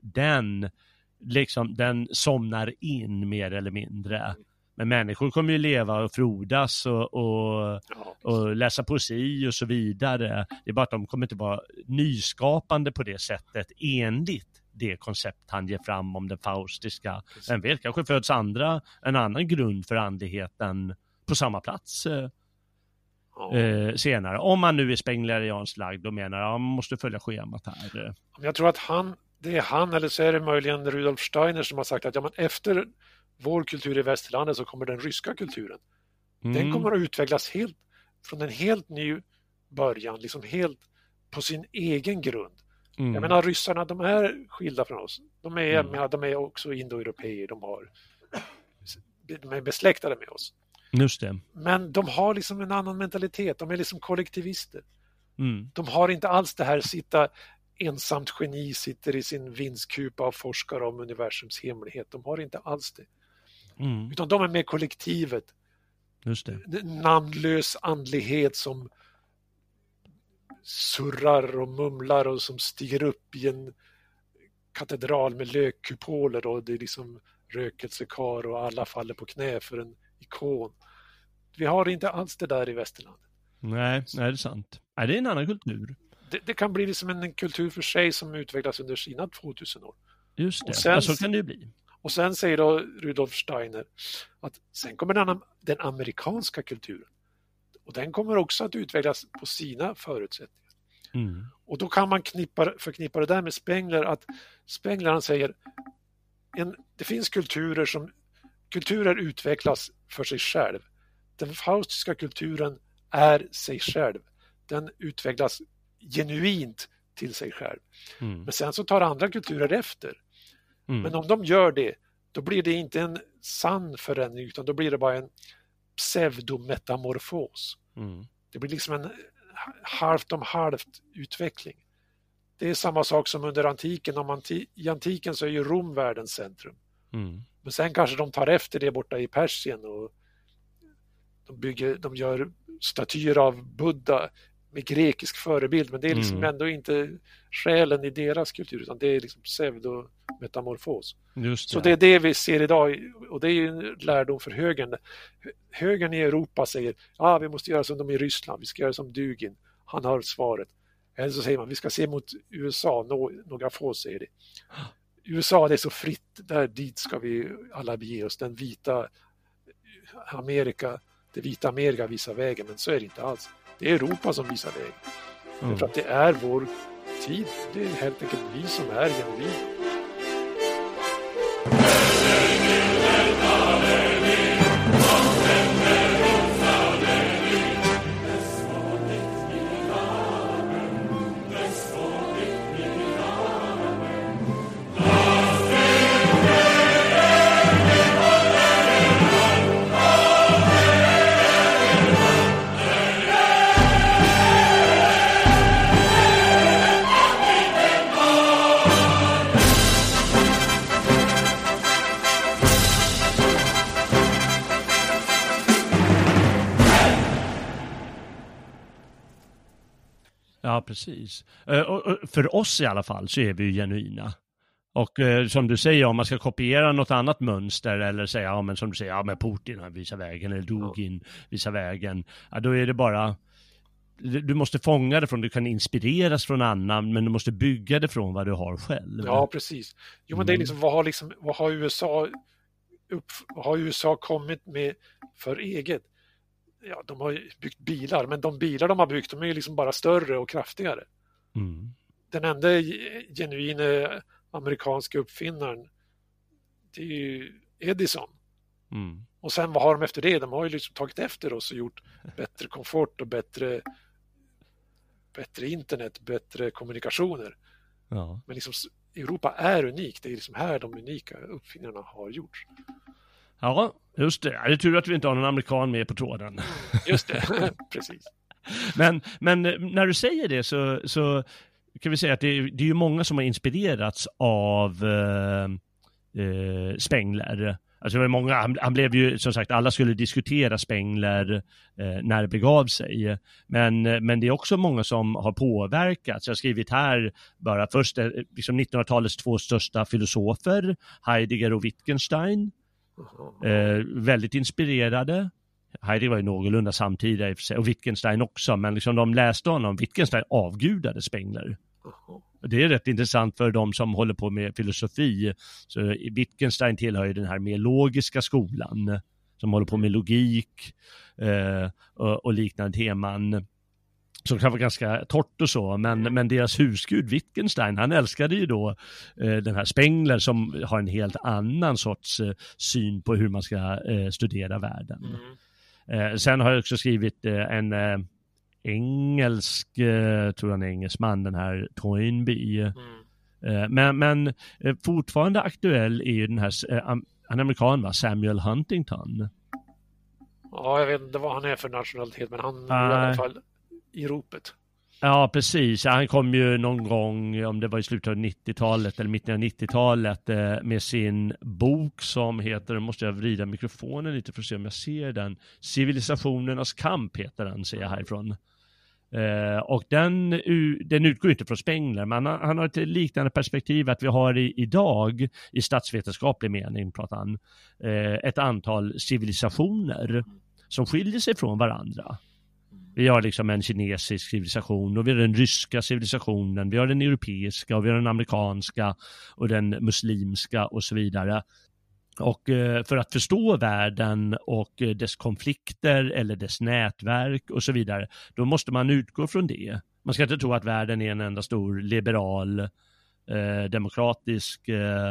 den somnar in mer eller mindre. Men människor kommer ju leva och frodas och läsa poesi och så vidare. Det är bara att de kommer inte vara nyskapande på det sättet enligt det koncept han ger fram om den faustiska. Men vet, kanske föds en annan grund för andligheten på samma plats senare. Om man nu är spenglerianskt lagd och menar att man måste följa schemat här. Jag tror att det är han, eller så är det möjligen Rudolf Steiner som har sagt att men efter vår kultur i västerlandet så kommer den ryska kulturen. Den kommer att utvecklas helt från en helt ny början, liksom helt på sin egen grund. Jag menar, ryssarna, de är skilda från oss. De är också indoeuropeer, de är besläktade med oss. Just det. Men de har liksom en annan mentalitet, de är liksom kollektivister. De har inte alls det här ensamt geni sitter i sin vindskupa och forskar om universums hemlighet. De har inte alls det. Utan de är med kollektivet. Just det. Namnlös andlighet som surrar och mumlar och som stiger upp i en katedral med lökkupoler, och det är liksom rökelsekar och alla faller på knä för en ikon. Vi har inte alls det där i västerlandet. Nej, det är sant. Nej, det är en annan kultur. Det kan bli liksom en kultur för sig som utvecklas under sina 2000 år. Just det, så kan det bli. Och sen säger då Rudolf Steiner att sen kommer den amerikanska kulturen. Och den kommer också att utvecklas på sina förutsättningar. Och då kan man förknippa det där med Spengler, att Spengler, han säger det finns kulturer utvecklas för sig själv. Den faustiska kulturen är sig själv. Den utvecklas genuint till sig själv. Men sen så tar andra kulturer efter. Men om de gör det, då blir det inte en sann förändring, utan då blir det bara en pseudometamorfos. Det blir liksom en halvt om halvt utveckling. Det är samma sak som under antiken. I antiken så är ju Rom världens centrum. Men sen kanske de tar efter det borta i Persien, och de gör statyer av Buddha med grekisk förebild, men det är liksom ändå inte själen i deras kultur, utan det är liksom pseudometamorfos. Så det är det vi ser idag, och det är ju en lärdom för högern. Högern i Europa säger, vi måste göra som de i Ryssland, vi ska göra som Dugin. Han har svaret. Eller så säger man, vi ska se mot USA, några få säger det. USA, det är så fritt, dit ska vi alla bege oss. Det vita Amerika visar vägen, men så är det inte alls. Det är Europa som visar vägen. För att det är vår tid. Det är helt enkelt vi som är genuina. Ja, precis. Och för oss i alla fall så är vi ju genuina. Och som du säger, om man ska kopiera något annat mönster eller säga, ja men som du säger, ja men Putin han visar vägen eller Dugin visar vägen, ja, då är det bara, du måste fånga det från, du kan inspireras från annan, men du måste bygga det från vad du har själv. Ja, precis. Jo, men det är liksom, vad har USA kommit med för eget? Ja, de har byggt bilar, men de bilar de har byggt, de är ju liksom bara större och kraftigare. Den enda genuina amerikanska uppfinnaren, det är ju Edison. Och sen vad har de efter det? De har ju liksom tagit efter oss och gjort bättre komfort och bättre internet, bättre kommunikationer. Ja. Men liksom Europa är unikt. Det är liksom här de unika uppfinnarna har gjorts. Ja, just det. Det är tur att vi inte har någon amerikan med på tråden. Just det, precis. Men när du säger det så kan vi säga att det är ju många som har inspirerats av Spengler. Alltså det var många, han blev ju som sagt, alla skulle diskutera Spengler när det begav sig. Men det är också många som har påverkats. Jag har skrivit här bara först liksom 1900-talets två största filosofer, Heidegger och Wittgenstein. Väldigt inspirerade. Heidegger var ju någorlunda samtida i och för sig, och Wittgenstein också, men liksom de läste honom. Wittgenstein avgudade Spengler. Det är rätt intressant för de som håller på med filosofi. Så Wittgenstein tillhör ju den här mer logiska skolan som håller på med logik och liknande teman. Som kan vara ganska torrt och så, men deras husgud Wittgenstein, han älskade ju då den här Spengler som har en helt annan sorts syn på hur man ska studera världen. Sen har jag också skrivit en engelsk, tror jag en engelsman, den här Toynbee. Men fortfarande aktuell är ju den här, en amerikan, va? Samuel Huntington. Ja, jag vet inte vad han är för nationalitet, men han är i alla fall i ropet. Ja, precis. Han kom ju någon gång, om det var i slutet av 90-talet eller mitten av 90-talet, med sin bok som heter, måste jag vrida mikrofonen lite för att se om jag ser den, Civilisationernas kamp heter den, ser jag härifrån. Och den utgår inte från Spengler, men han har ett liknande perspektiv att vi har idag i statsvetenskaplig mening, pratar han, ett antal civilisationer som skiljer sig från varandra. Vi har liksom en kinesisk civilisation och vi har den ryska civilisationen, vi har den europeiska och vi har den amerikanska och den muslimska och så vidare. Och för att förstå världen och dess konflikter eller dess nätverk och så vidare, då måste man utgå från det. Man ska inte tro att världen är en enda stor liberal, demokratisk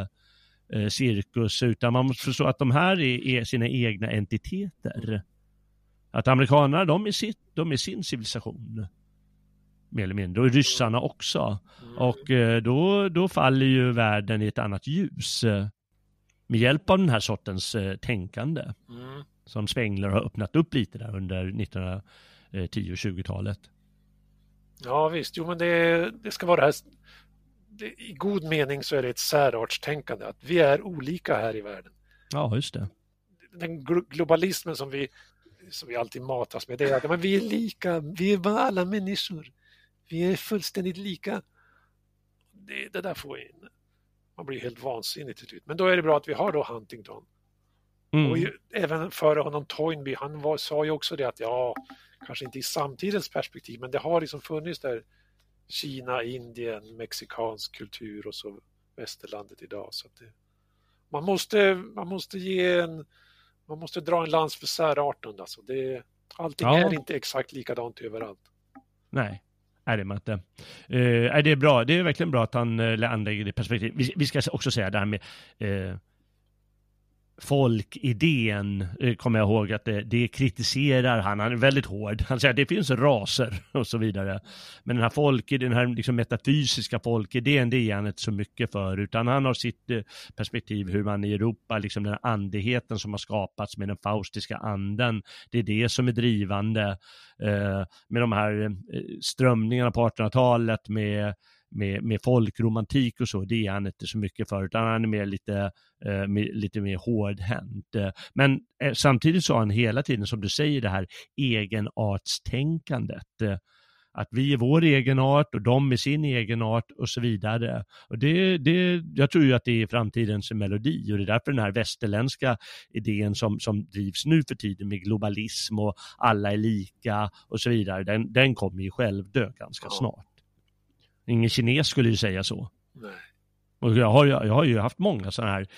cirkus, utan man måste förstå att de här är sina egna entiteter. Att amerikanerna, de är sin civilisation, mer eller mindre, och ryssarna också. Och då faller ju världen i ett annat ljus med hjälp av den här sortens tänkande som Spengler har öppnat upp lite där under 1910- och 20-talet. Ja visst, jo men det ska vara det här, i god mening så är det ett särartstänkande, att vi är olika här i världen. Ja, just det. Den globalismen som vi alltid matas med, det är att men vi är lika, vi är bara alla människor. Vi är fullständigt lika. Det där får in. Man blir helt vansinnig till slut. Men då är det bra att vi har då Huntington. Och även före honom Toynbee, sa ju också det att kanske inte i samtidens perspektiv, men det har liksom funnits där Kina, Indien, mexikansk kultur och så västerlandet idag. Så att man måste dra en lans för särarten. Alltså allting är inte exakt likadant överallt. Nej, är det inte. Det är bra. Det är verkligen bra att han anlägger det perspektiv. Vi ska också säga det här med folkidén, kommer jag ihåg att det kritiserar han är väldigt hård. Han säger att det finns raser och så vidare. Men den här liksom metafysiska folkidén, det är han inte så mycket för, utan han har sitt perspektiv hur man i Europa, liksom den här andligheten som har skapats med den faustiska anden, det är det som är drivande med de här strömningarna på 1800-talet med folkromantik och så, det är han inte så mycket för, utan han är mer lite mer hårdhänt. Men samtidigt så har han hela tiden, som du säger, det här egenartstänkandet. att vi är vår egen art och de är sin egen art och så vidare. Och jag tror ju att det är framtidens melodi, och det är därför den här västerländska idén som drivs nu för tiden med globalism och alla är lika och så vidare, den kommer ju själv dö ganska snart. Ingen kines skulle ju säga så. Nej. Och jag har ju haft många sådana här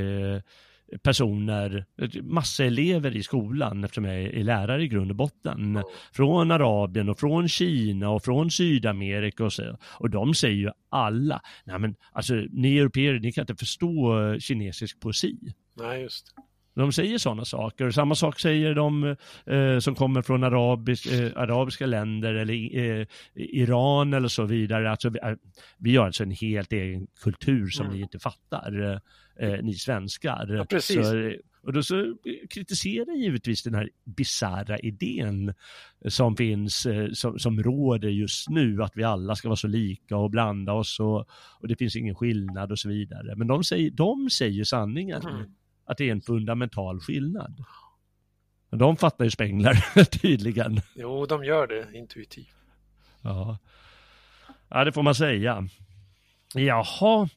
personer, massa elever i skolan, eftersom jag är lärare i grund och botten, från Arabien och från Kina och från Sydamerika och så. Och de säger ju alla, nej men alltså ni europeer, ni kan inte förstå kinesisk poesi. Nej, just det. De säger sådana saker. Samma sak säger de som kommer från arabiska länder eller Iran eller så vidare. Alltså, vi har alltså en helt egen kultur som ni inte fattar, ni svenskar. Ja, precis. Och då så kritiserar givetvis den här bizarra idén som finns, som råder just nu, att vi alla ska vara så lika och blanda oss och det finns ingen skillnad och så vidare. Men de säger sanningen. Att det är en fundamental skillnad. De fattar ju Spengler tydligen. Jo, de gör det intuitivt. Ja, det får man säga. Jaha,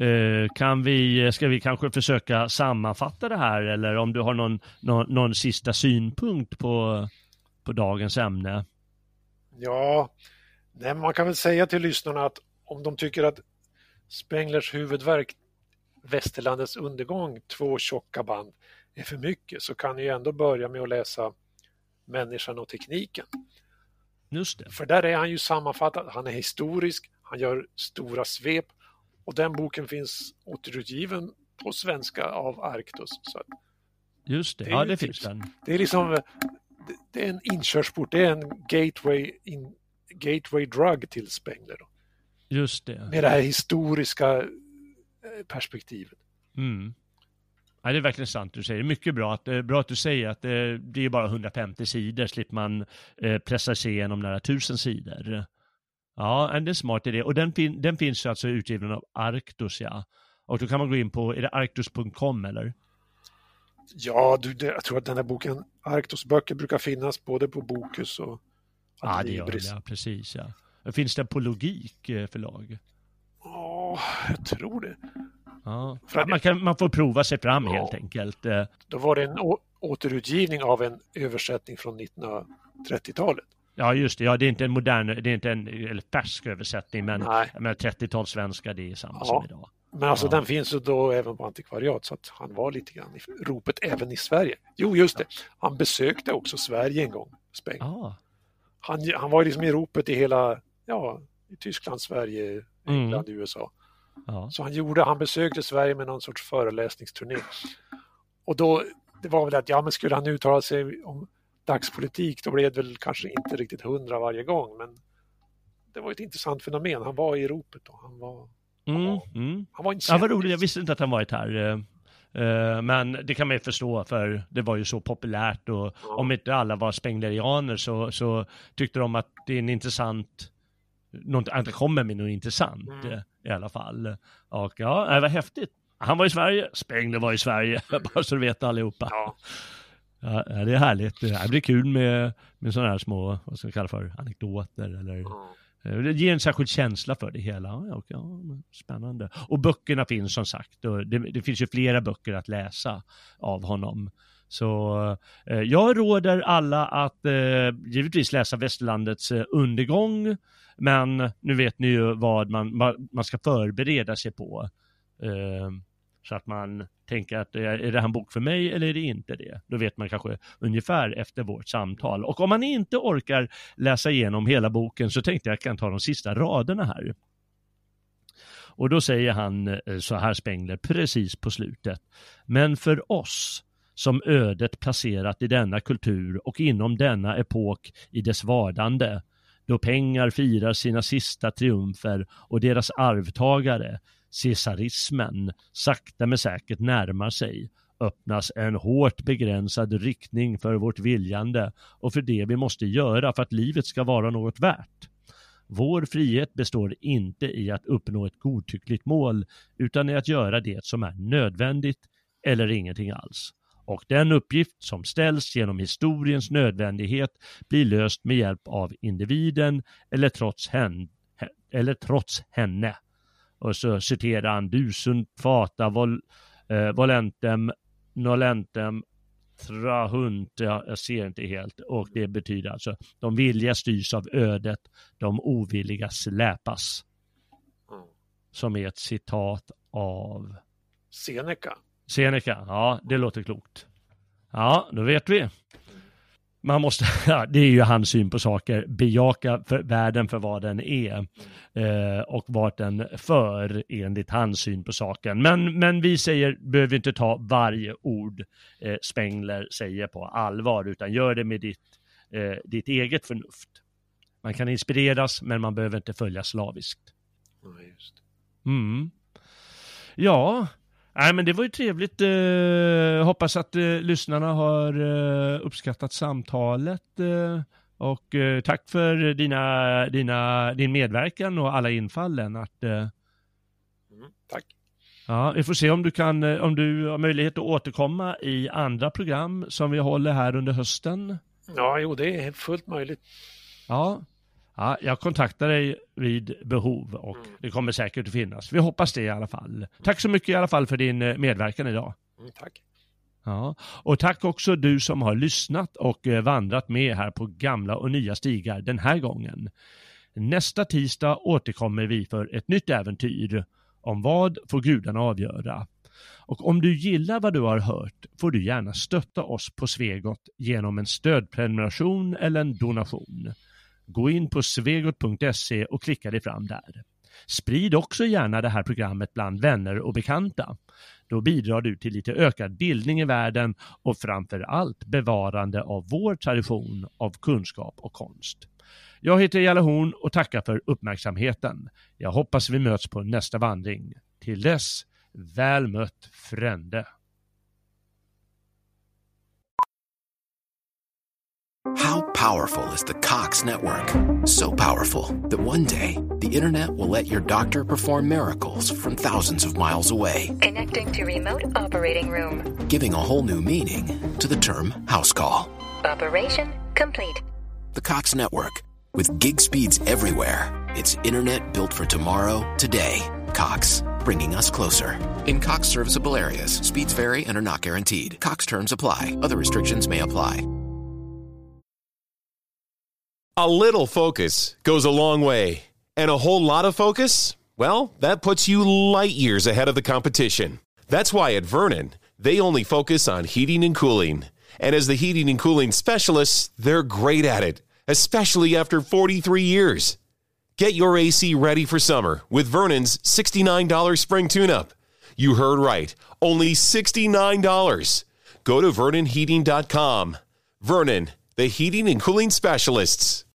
ska vi kanske försöka sammanfatta det här, eller om du har någon sista synpunkt på dagens ämne? Ja, man kan väl säga till lyssnarna att om de tycker att Spenglers huvudverk Västerlandets undergång, 2 tjocka band, är för mycket, så kan ni ju ändå börja med att läsa Människan och tekniken. Just det. För där är han ju sammanfattad, han är historisk, han gör stora svep, och den boken finns återutgiven på svenska av Arctus. Så just det, ja det finns den. Det är liksom, det är en inkörsport, det är en gateway drug till Spengler. Just det. Med det här historiska perspektivet. Ja, det är verkligen sant du säger. Mycket bra att du säger att det är bara 150 sidor, slipper man pressa sig igenom nära 1000 sidor. Ja, det är smart idé. Och den finns alltså utgiven av Arctus, ja. Och då kan man gå in på, är det arctus.com eller? Ja, jag tror att den här boken, Arctus böcker, brukar finnas både på Bokus och Adlibris. Ja, det gör det, precis, ja. Finns det på Logik förlag? Ja, jag tror det. Ja. Man får prova sig fram helt enkelt. Då var det en återutgivning av en översättning från 1930-talet. Ja, just det. Ja, det är inte en modern, det är inte en eller färsk översättning, men 30-talssvenska, det är samma som idag. Men alltså den finns ju då även på antikvariat, så att han var lite grann i ropet även i Sverige. Jo, just det. Han besökte också Sverige en gång, Spengler. Han var liksom i ropet i hela, i Tyskland, Sverige, England, USA. Ja. Så han besökte Sverige med någon sorts föreläsningsturné. Och då, det var väl att, men skulle han uttala sig om dagspolitik, då blev det väl kanske inte riktigt 100 varje gång, men det var ett intressant fenomen. Han var i ropet och han var en ja, vad roligt, jag visste inte att han varit här. Men det kan man ju förstå, för det var ju så populärt, och om inte alla var spenglerianer så tyckte de att det är en intressant, att det kommer med något intressant i alla fall. Och det var häftigt. Han var i Sverige, Spengler var i Sverige, bara så du vet allihopa. Ja, det är härligt. Det blir kul med sådana här små, vad ska vi kalla för, anekdoter eller det ger en särskild känsla för det hela. Spännande. Och böckerna finns som sagt, och det finns ju flera böcker att läsa av honom. Så jag råder alla att givetvis läsa Västerlandets undergång, men nu vet ni ju vad man ska förbereda sig på. Så att man tänker att är det här en bok för mig eller är det inte det? Då vet man kanske ungefär efter vårt samtal. Och om man inte orkar läsa igenom hela boken, så tänkte jag kan ta de sista raderna här. Och då säger han så här, Spengler, precis på slutet. Men för oss som ödet placerat i denna kultur och inom denna epok i dess vardande, då pengar firar sina sista triumfer och deras arvtagare, caesarismen, sakta men säkert närmar sig, öppnas en hårt begränsad riktning för vårt viljande och för det vi måste göra för att livet ska vara något värt. Vår frihet består inte i att uppnå ett godtyckligt mål, utan i att göra det som är nödvändigt eller ingenting alls. och den uppgift som ställs genom historiens nödvändighet blir löst med hjälp av individen eller trots henne. Och så citerar han dusunt fata volentem nolentem trahunt, jag ser inte helt, och det betyder alltså de villiga styrs av ödet, de ovilliga släpas. Som är ett citat av Seneca, ja, det låter klokt. Ja, då vet vi. Man måste, det är ju hans syn på saker, bejaka världen för vad den är och vart den för enligt hans syn på saken. Men vi behöver inte ta varje ord Spengler säger på allvar, utan gör det med ditt eget förnuft. Man kan inspireras, men man behöver inte följa slaviskt. Ja, just. Ja, men det var ju trevligt. Hoppas att lyssnarna har uppskattat samtalet. Och tack för din medverkan och alla infall, Lennart. Tack. Ja, vi får se om du har möjlighet att återkomma i andra program som vi håller här under hösten. Ja, jo, det är fullt möjligt. Ja, jag kontaktar dig vid behov och det kommer säkert att finnas. Vi hoppas det i alla fall. Tack så mycket i alla fall för din medverkan idag. Tack. Ja, och tack också du som har lyssnat och vandrat med här på gamla och nya stigar den här gången. Nästa tisdag återkommer vi för ett nytt äventyr. Om vad får gudarna avgöra. Och om du gillar vad du har hört får du gärna stötta oss på Svegot genom en stödprenumeration eller en donation. Gå in på svegot.se och klicka dig fram där. Sprid också gärna det här programmet bland vänner och bekanta. Då bidrar du till lite ökad bildning i världen och framför allt bevarande av vår tradition av kunskap och konst. Jag heter Jalle Horn och tackar för uppmärksamheten. Jag hoppas vi möts på nästa vandring. Till dess, väl mött frände. How powerful is the Cox network? So powerful that one day the internet will let your doctor perform miracles from thousands of miles away. Connecting to remote operating room. Giving a whole new meaning to the term house call. Operation complete. The Cox network. With gig speeds everywhere. It's internet built for tomorrow, today. Cox, bringing us closer. In Cox serviceable areas, speeds vary and are not guaranteed. Cox terms apply. Other restrictions may apply. A little focus goes a long way. And a whole lot of focus? Well, that puts you light years ahead of the competition. That's why at Vernon, they only focus on heating and cooling. And as the heating and cooling specialists, they're great at it, especially after 43 years. Get your AC ready for summer with Vernon's $69 spring tune-up. You heard right. Only $69. Go to VernonHeating.com. Vernon, the heating and cooling specialists.